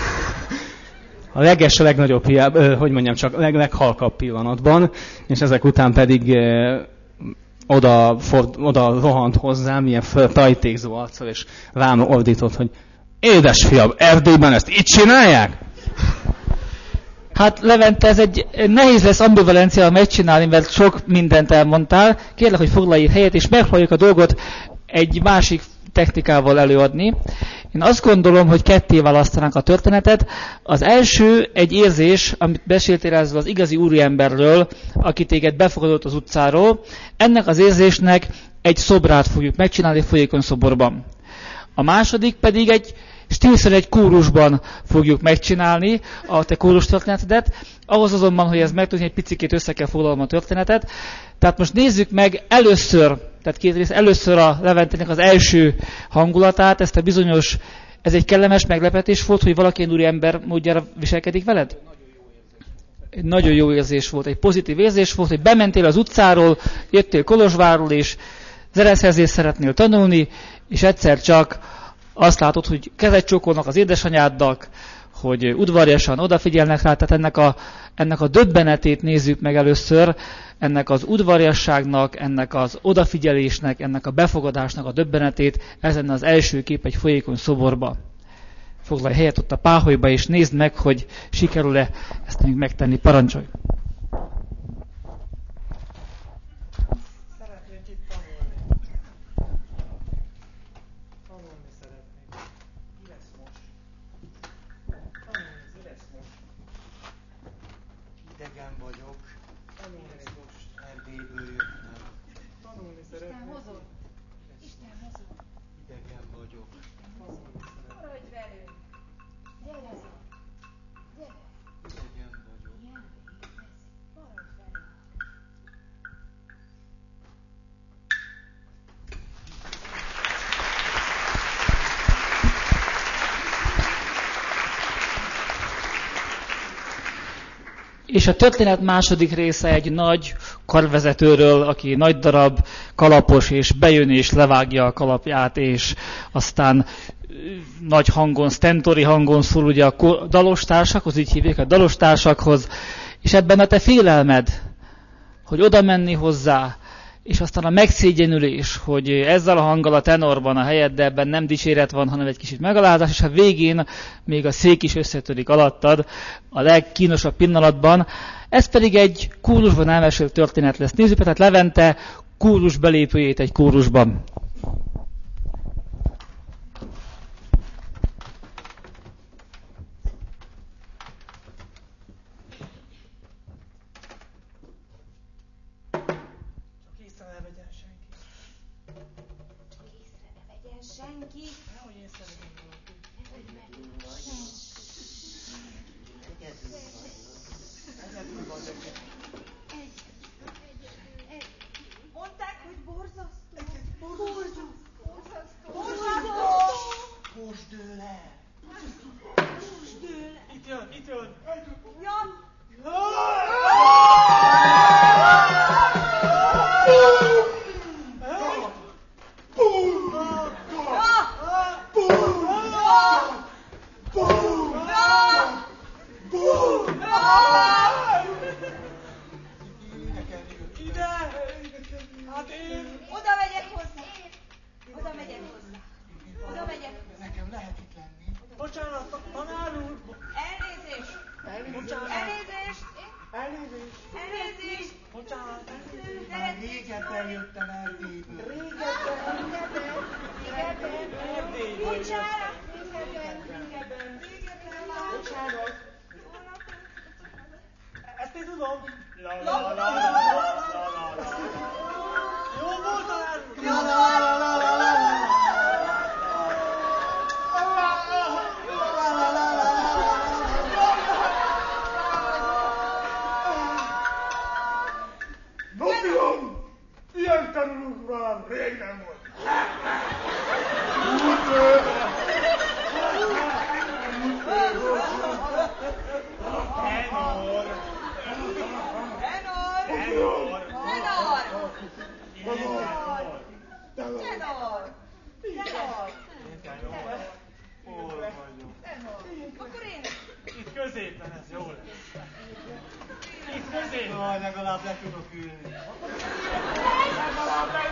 A leges, legnagyobb, hogy mondjam, csak leg, leghalkabb pillanatban, és ezek után pedig eh, oda, ford, oda rohant hozzám, ilyen tajtékzó arccal, és rám ordított, hogy édes fiam, Erdélyben ezt így csinálják? Hát Levente, ez egy nehéz lesz ambivalenciával megcsinálni, mert sok mindent elmondtál. Kérlek, hogy foglalj helyet, és megpróbáljuk a dolgot egy másik technikával előadni. Én azt gondolom, hogy ketté választanánk a történetet. Az első egy érzés, amit beszéltél ezzel az igazi úriemberről, aki téged befogadott az utcáról. Ennek az érzésnek egy szobrát fogjuk megcsinálni folyékony szoborban. A második pedig egy stílszerű egy kórusban fogjuk megcsinálni a te kórus történetedet. Ahhoz azonban, hogy ez megtudni, egy picikét össze kell foglalnom a történetet. Tehát most nézzük meg először, tehát két rész, először a Leventének az első hangulatát, ezt a bizonyos, ez egy kellemes meglepetés volt, hogy valaki egy úri ember módjára viselkedik veled? egy nagyon jó érzés volt, egy pozitív érzés volt, hogy bementél az utcáról, jöttél Kolozsvárról, és zeneszerzést szeretnél tanulni, és egyszer csak azt látod, hogy kezet csókolnak az édesanyádnak, hogy udvariasan odafigyelnek rá, tehát ennek a, ennek a döbbenetét nézzük meg először, ennek az udvariasságnak, ennek az odafigyelésnek, ennek a befogadásnak a döbbenetét, ez lenne az első kép egy folyékony szoborba. Foglalj helyet ott a páholyba, és nézd meg, hogy sikerül-e ezt még megtenni. Parancsolj! Szeretnék itt tanulni. Tanulni szeretnék. Mi lesz most? Tanulni, mi lesz most? Idegen vagyok. Tanulni most. Erdélyből jöttem. Tanulni szeretnék. hozod. Isten hozod. Idegen vagyok. Tanulni szeretnék. Maradj velünk. Gyere, Zoli. Gyere. Idegen vagyok. Ilyen lesz. Maradj velünk. És a történet második része egy nagy karvezetőről, aki nagy darab, kalapos, és bejön és levágja a kalapját, és aztán nagy hangon, stentori hangon szól ugye a dalostársakhoz, így hívják a dalostársakhoz, és ebben a te félelmed, hogy oda menni hozzá, és aztán a megszégyenülés, hogy ezzel a hanggal a tenorban a helyed, de ebben nem dicséret van, hanem egy kicsit megalázás, és a végén még a szék is összetörik alattad a legkínosabb pillanatban. Ez pedig egy kórusban elmesélt történet lesz. Nézzük, tehát Levente kórus belépőjét egy kórusban. Észre ne vegyen senki. Észre ne vegyen senki. Nehogy észre vegyen valaki. Nehogy meg. Egyedül vagyok. Mondták, hogy borzasztó. Borzasztó. Borzasztó. Borzasztó. Kósdől el! Borzasztó. Itt jön, itt jön. Ja. Ide! Hát én... Oda megyek hozzá. Oda megyek hozzá. Oda megyek. Nekem lehet itt lenni. Bocsánat, tanár úr! Elnézést. Bocsánat! Elnézést. Elnézést! Elnézést. Bocsánat! Már régebben jöttem Erdélyből. Régebben! Régebben. Erdélyből Bocsánat. Régebben. Régebben. Régebben már. Bocsánat! Ezt én tudom! La La, la la la, la la, la la, la la la. Jó volt, tanár úr! Jó volt. No fiam! Ilyen tanulók már rég nem volt. Tenor! Tenor. Tenor! Tenor. Tenor. Tenor. Tenor! Hol vagyok? Tenor. Akkor én. Itt középen ez jó lesz. Itt középen! Jaj, legalább le tudok ülni. Legalább le...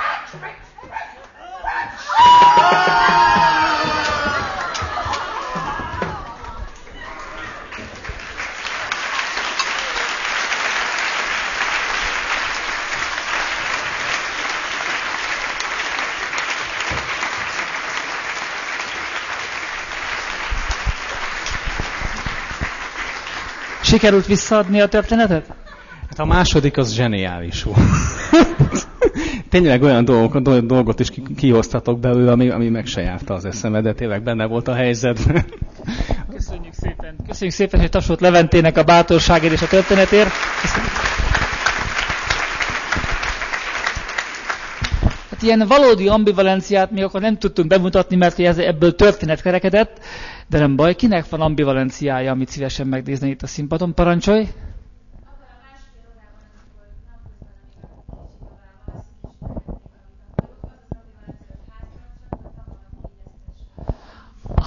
Sikerült visszaadni a történetet? Hát a második az zseniális volt. Tényleg olyan dolgok, dolgot is kihoztatok belőle, ami, ami meg se járta az eszemet, de tényleg benne volt a helyzetben. Köszönjük szépen. Köszönjük szépen, hogy tapsolt Leventének a bátorságért és a történetért. Köszönjük. Hát ilyen valódi ambivalenciát még akkor nem tudtunk bemutatni, mert ez, ebből történet kerekedett, de nem baj. Kinek van ambivalenciája, amit szívesen megnézni itt a színpadon? Parancsolj!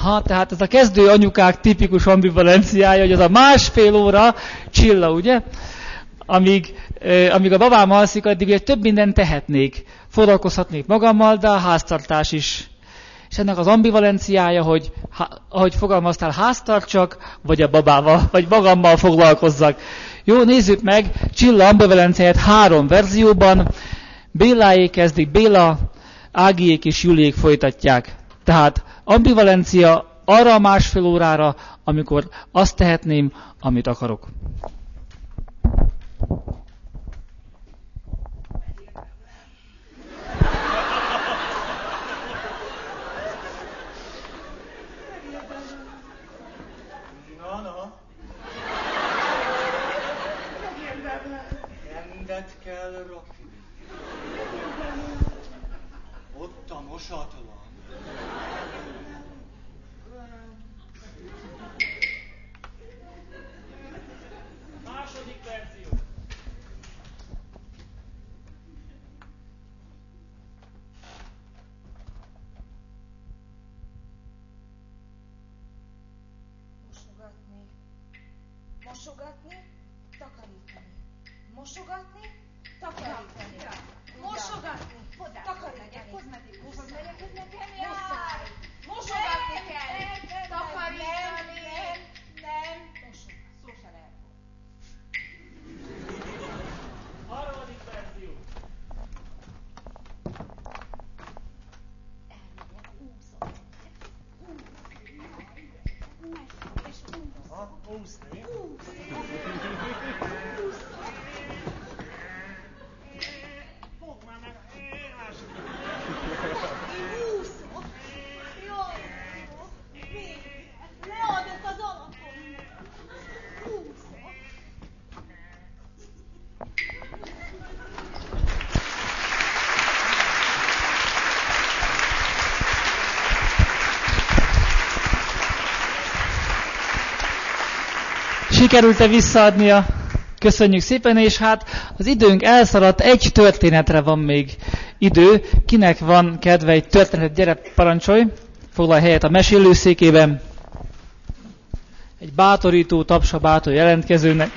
Ha, tehát ez a kezdő anyukák tipikus ambivalenciája, hogy az a másfél óra csilla, ugye? Amíg, eh, amíg a babám alszik, addig ugye több mindent tehetnék. Foglalkozhatnék magammal, de a háztartás is. És ennek az ambivalenciája, hogy ha, ahogy fogalmaztál, háztartsak, vagy a babával, vagy magammal foglalkozzak. Jó, nézzük meg, Csilla ambivalenciáját három verzióban. Béláék kezdik, Béla, Ágiék és Juliék folytatják. Tehát ambivalencia arra a másfél órára, amikor azt tehetném, amit akarok. Rendet kell rakni. Ott a mosatlan. Második verzió. Mosogatni. Mosogatni, takarítani. Mosogatni, takarítani. Mosogatni, takarítani. Kozmetikus. Muszáj. Mosogatni kell. Takarítani. Nem. Szó se lehet. Harmadik verzió. Úszni. Fogd már meg, én második. Úszó. Jaj, jó. Még. Leadok az alapon. Úszó. Sikerült-e visszaadnia? Köszönjük szépen, és hát az időnk elszaladt, egy történetre van még idő. Kinek van kedve egy történet, gyere, parancsolj, foglalj helyet a mesélőszékében. Egy bátorító tapsa bátor jelentkezőnek.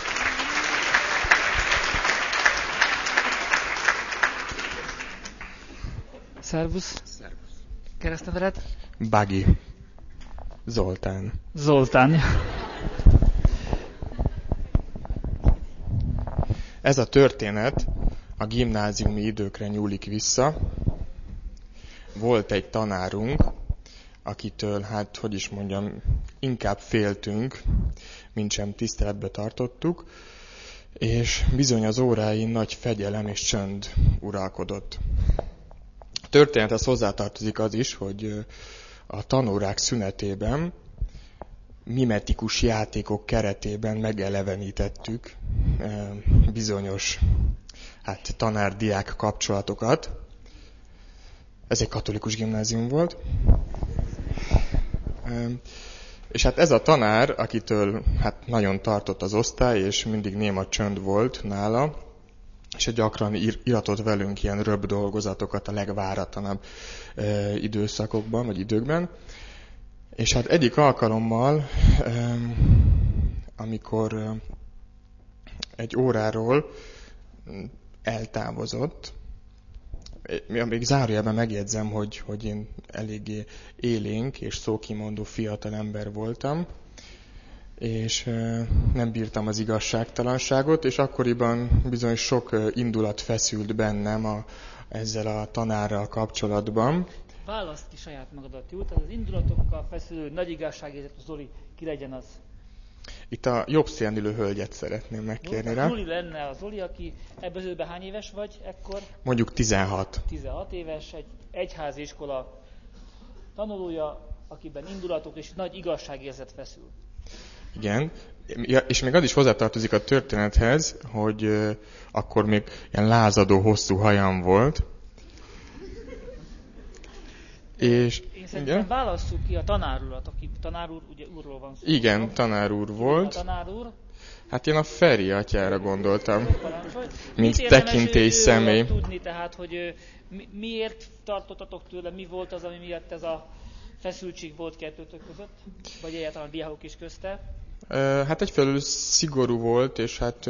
Szervusz. Szervusz. Keresztnevedet? Bagi. Zoltán. Zoltán. Ez a történet a gimnáziumi időkre nyúlik vissza. Volt egy tanárunk, akitől, hát hogy is mondjam, inkább féltünk, mint sem tiszteletbe tartottuk, és bizony az óráin nagy fegyelem és csönd uralkodott. A történethez hozzátartozik az is, hogy a tanórák szünetében mimetikus játékok keretében megelevenítettük bizonyos hát, tanár-diák kapcsolatokat. Ez egy katolikus gimnázium volt. És hát ez a tanár, akitől hát nagyon tartott az osztály, és mindig néma csönd volt nála, és gyakran iratott velünk ilyen röbb dolgozatokat a legváratlanabb időszakokban, vagy időkben. És hát egyik alkalommal, amikor egy óráról eltávozott, még zárójelben megjegyzem, hogy, hogy én eléggé élénk és szókimondó fiatal ember voltam, és nem bírtam az igazságtalanságot, és akkoriban bizony sok indulat feszült bennem a, ezzel a tanárral kapcsolatban. Válaszd ki saját magadat, jó? Tehát az indulatokkal feszülő nagy igazságérzet, Zoli, ki legyen az? Itt a jobb szélen ülő hölgyet szeretném megkérni rá. Zoli lenne a Zoli, aki ebben az időben hány éves vagy ekkor? Mondjuk tizenhat. tizenhat éves, egy egyházi iskola tanulója, akiben indulatok és nagy igazságérzet feszül. Igen, ja, és még az is hozzátartozik a történethez, hogy uh, akkor még ilyen lázadó, hosszú hajam volt. És, Én szerintem válasszuk ki a tanár urat, aki tanár úr, ugye úrról van szó. Igen, tanár úr volt. A tanár úr? Hát én a Feri atyára gondoltam, mint mit tekintély személy. Tudni, tehát, hogy mi, miért tartottatok tőle, mi volt az, ami miatt ez a feszültség volt kettőtök között? Vagy egyáltalán a diákok is közte? Hát egyfelől szigorú volt, és hát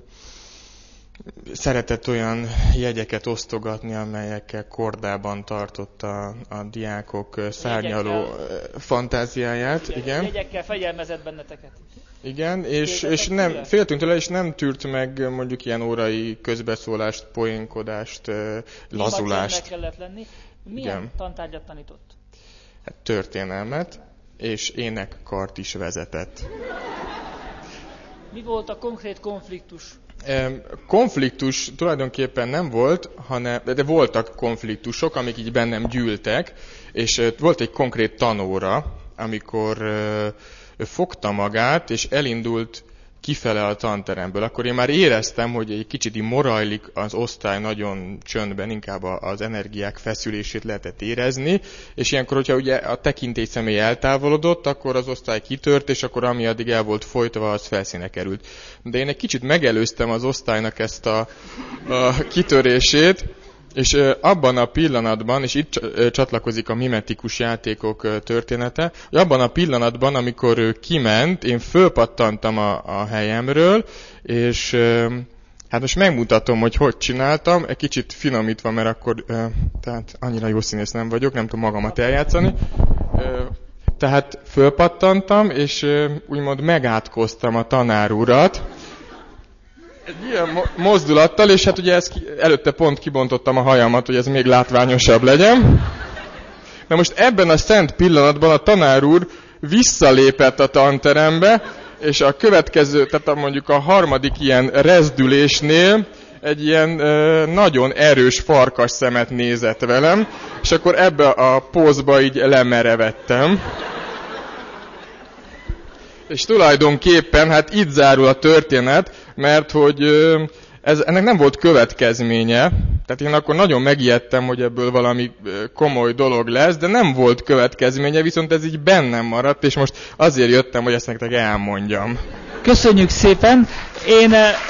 szeretett olyan jegyeket osztogatni, amelyekkel kordában tartotta a diákok szárnyaló jegyekkel, fantáziáját. Igen, igen. Jegyekkel fegyelmezett benneteket. Igen, és, és nem, féltünk tőle, és nem tűrt meg mondjuk ilyen órai közbeszólást, poénkodást, lazulást. Meg kellett lenni. Milyen igen. tantárgyat tanított? Hát történelmet, és énekkart is vezetett. Mi volt a konkrét konfliktus? Konfliktus tulajdonképpen nem volt, hanem, de voltak konfliktusok, amik így bennem gyűltek, és volt egy konkrét tanóra, amikor fogta magát, és elindult kifele a tanteremből. Akkor én már éreztem, hogy egy kicsit így morajlik az osztály nagyon csöndben, inkább az energiák feszülését lehetett érezni, és ilyenkor, hogyha ugye a tekintély személy eltávolodott, akkor az osztály kitört, és akkor ami addig el volt folytva, az felszíne került. De én egy kicsit megelőztem az osztálynak ezt a, a kitörését, és abban a pillanatban, és itt csatlakozik a mimetikus játékok története, hogy abban a pillanatban, amikor ő kiment, én fölpattantam a, a helyemről, és hát most megmutatom, hogy hogy csináltam, egy kicsit finomítva, mert akkor tehát annyira jó színész nem vagyok, nem tudom magamat eljátszani. Tehát fölpattantam, és úgymond megátkoztam a tanár urat, egy ilyen mozdulattal, és hát ugye ezt ki, előtte pont kibontottam a hajamat, hogy ez még látványosabb legyen. Na most ebben a szent pillanatban a tanár úr visszalépett a tanterembe, és a következő, tehát mondjuk a harmadik ilyen rezdülésnél egy ilyen ö, nagyon erős farkas szemet nézett velem, és akkor ebbe a pózba így lemerevettem. És tulajdonképpen hát itt zárul a történet, mert hogy ez, ennek nem volt következménye, tehát én akkor nagyon megijedtem, hogy ebből valami komoly dolog lesz, de nem volt következménye, viszont ez így bennem maradt, és most azért jöttem, hogy ezt nektek elmondjam. Köszönjük szépen! Én...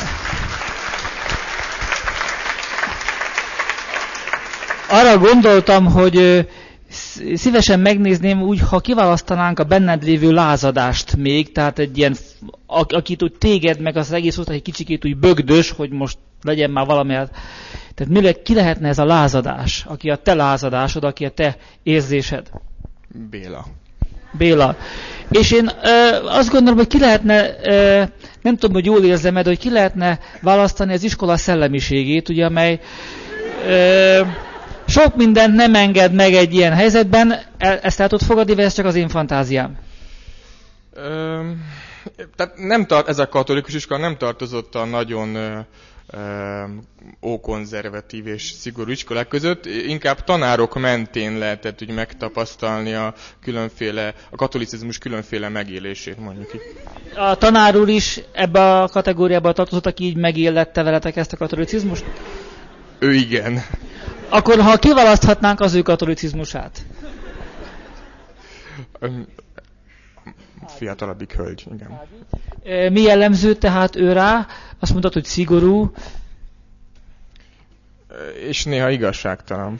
arra gondoltam, hogy szívesen megnézném úgy, ha kiválasztanánk a benned lévő lázadást még, tehát egy ilyen, akit úgy téged, meg az egész osztály egy kicsikét úgy bögdös, hogy most legyen már valami. Tehát mire, ki lehetne ez a lázadás, aki a te lázadásod, aki a te érzésed? Béla. Béla. És én ö, azt gondolom, hogy ki lehetne, ö, nem tudom, hogy jól érzem, de hogy ki lehetne választani az iskola szellemiségét, ugye, amely... Ö, sok mindent nem enged meg egy ilyen helyzetben, ezt el tudod fogadni, vagy ez csak az én fantáziám? Ö, tehát nem tart, ez a katolikus iskola nem tartozott a nagyon ö, ö, ókonzervatív és szigorú iskolák között, inkább tanárok mentén lehetett úgy megtapasztalni a különféle, a katolicizmus különféle megélését, mondjuk így. A tanár úr is ebbe a kategóriába tartozott, aki így megélette veletek ezt a katolicizmust? Ő igen. Akkor ha kiválaszthatnánk az ő katolicizmusát? Fiatalabbik hölgy, igen. Mi jellemző tehát ő rá? Azt mondtad, hogy szigorú. És néha igazságtalan.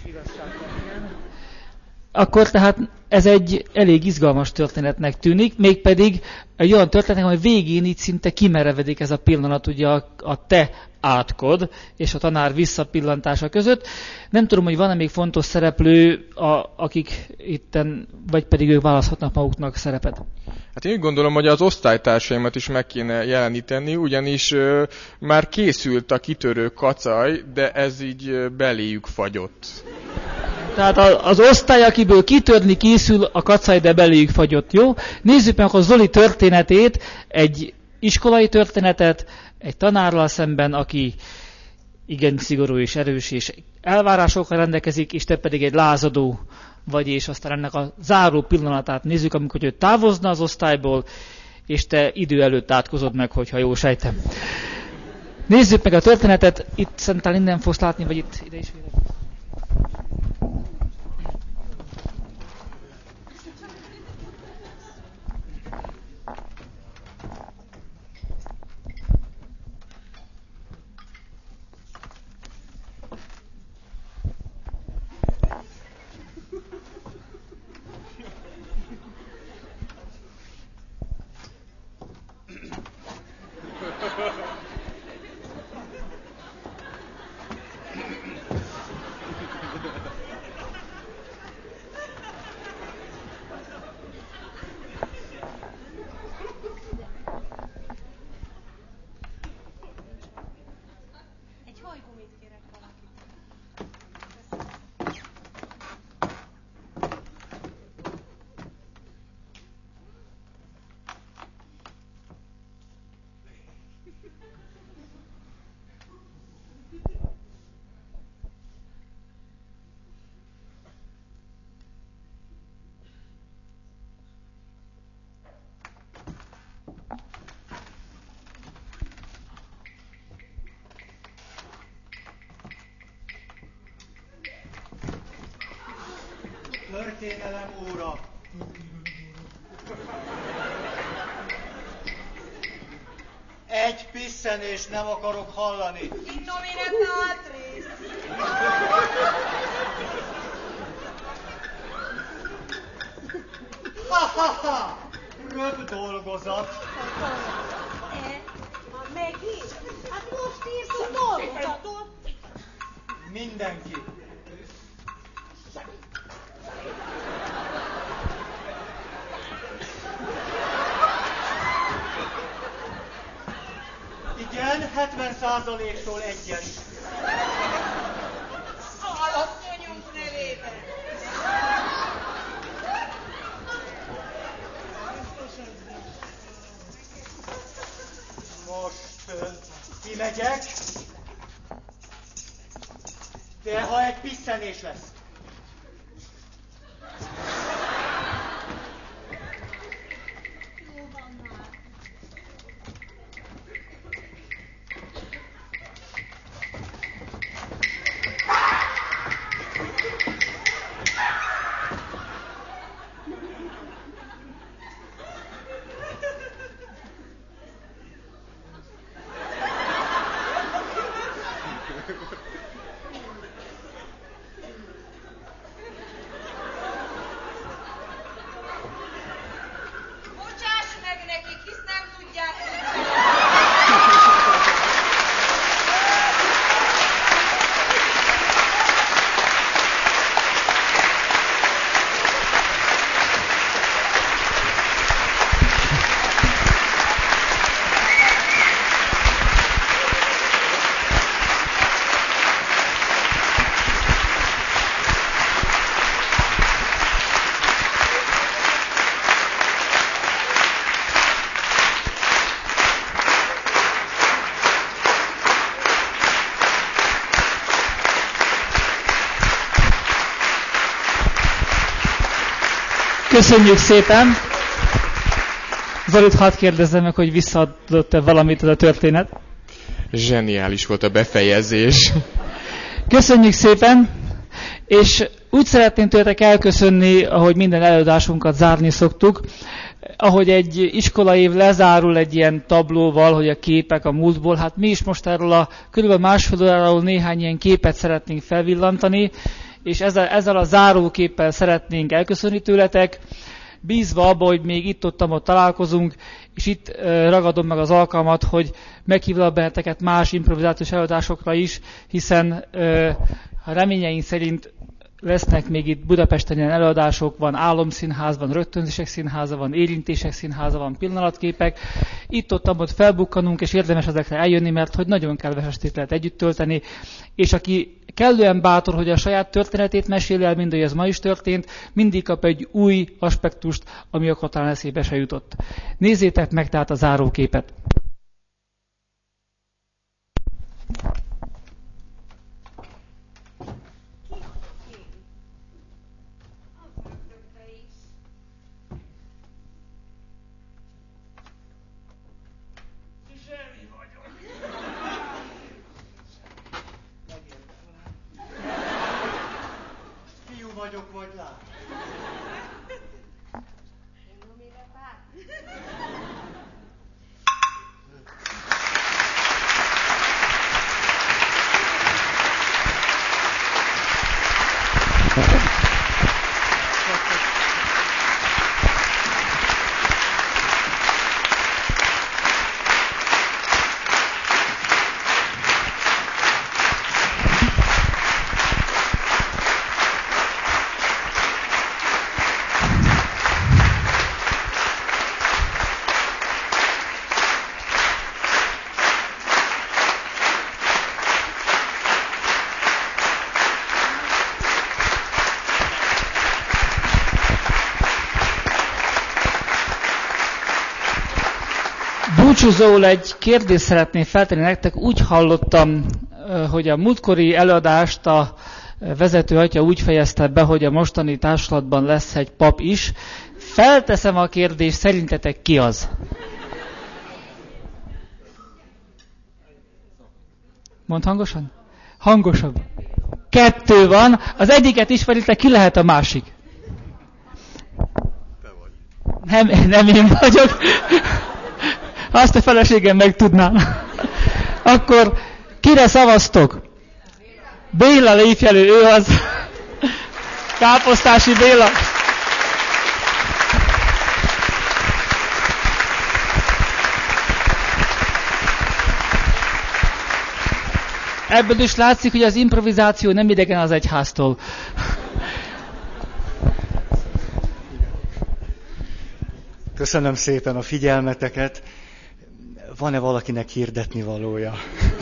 Akkor tehát ez egy elég izgalmas történetnek tűnik, mégpedig egy olyan történet, hogy végén így szinte kimerevedik ez a pillanat, ugye a, a te átkod és a tanár visszapillantása között. Nem tudom, hogy van-e még fontos szereplő, a, akik itten, vagy pedig ők választhatnak maguknak szerepet. Hát én úgy gondolom, hogy az osztálytársaimat is meg kéne jeleníteni, ugyanis ö, már készült a kitörő kacaj, de ez így ö, beléjük fagyott. Tehát az osztály, akiből kitörni készül, a kacaj, de beléjük fagyott, jó? Nézzük meg akkor Zoli történetét, egy iskolai történetet, egy tanárral szemben, aki igen szigorú és erős, és elvárásokkal rendelkezik, és te pedig egy lázadó vagy, és aztán ennek a záró pillanatát nézzük, amikor ő távozna az osztályból, és te idő előtt átkozod meg, hogyha jól sejtem. Nézzük meg a történetet, itt szerintem innen fogsz látni, vagy itt ide is vélek. Történelem óra. Egy pisszenést nem akarok hallani. In nomine Patris. Ha-ha-ha! Röbb dolgozat. E? Megint? Hát most írsz a dolgozatot. Mindenki. Igen, hetven százaléktól egyes. Alasszonyunk nevében. Most uh, kimegyek, de ha egy pisszenés lesz. Köszönjük szépen! Zolit, hadd kérdezzem meg, hogy visszaadott-e valamit ez a történet? Zseniális volt a befejezés. Köszönjük szépen! És úgy szeretném tőletek elköszönni, ahogy minden előadásunkat zárni szoktuk, ahogy egy iskolaév lezárul egy ilyen tablóval, hogy a képek a múltból, hát mi is most erről a körülbelül másfél óráról néhány ilyen képet szeretnénk felvillantani, és ezzel, ezzel a záróképpel szeretnénk elköszönni tőletek, bízva abba, hogy még itt-ott-ott találkozunk, és itt ragadom meg az alkalmat, hogy meghívlak benneteket más improvizációs előadásokra is, hiszen a reményeink szerint lesznek még itt Budapesten ilyen előadások, van Álomszínház, van Rögtönzések Színháza, van Érintések Színháza, van Pillanatképek. Itt-ott felbukkanunk, és érdemes ezekre eljönni, mert hogy nagyon kellemes estét lehet együtt tölteni, és aki kellően bátor, hogy a saját történetét mesél el, mind ahogy ez ma is történt, mindig kap egy új aspektust, ami akkor talán eszébe se jutott. Nézzétek meg tehát a záróképet. Vagyok, vagy lát? Búcsúzóul egy kérdést szeretném feltenni nektek. Úgy hallottam, hogy a múltkori előadást a vezető atya úgy fejezte be, hogy a mostani társulatban lesz egy pap is. Felteszem a kérdést, szerintetek ki az? Mondd hangosan? Hangosabb. Kettő van. Az egyiket ismeritek, ki lehet a másik? Nem, nem én vagyok. Azt a feleségem megtudnám. Akkor kire szavaztok? Béla Lévjelő, ő az. Káposztási Béla. Ebből is látszik, hogy az improvizáció nem idegen az egyháztól. Köszönöm szépen a figyelmeteket. Van-e valakinek hirdetni valója?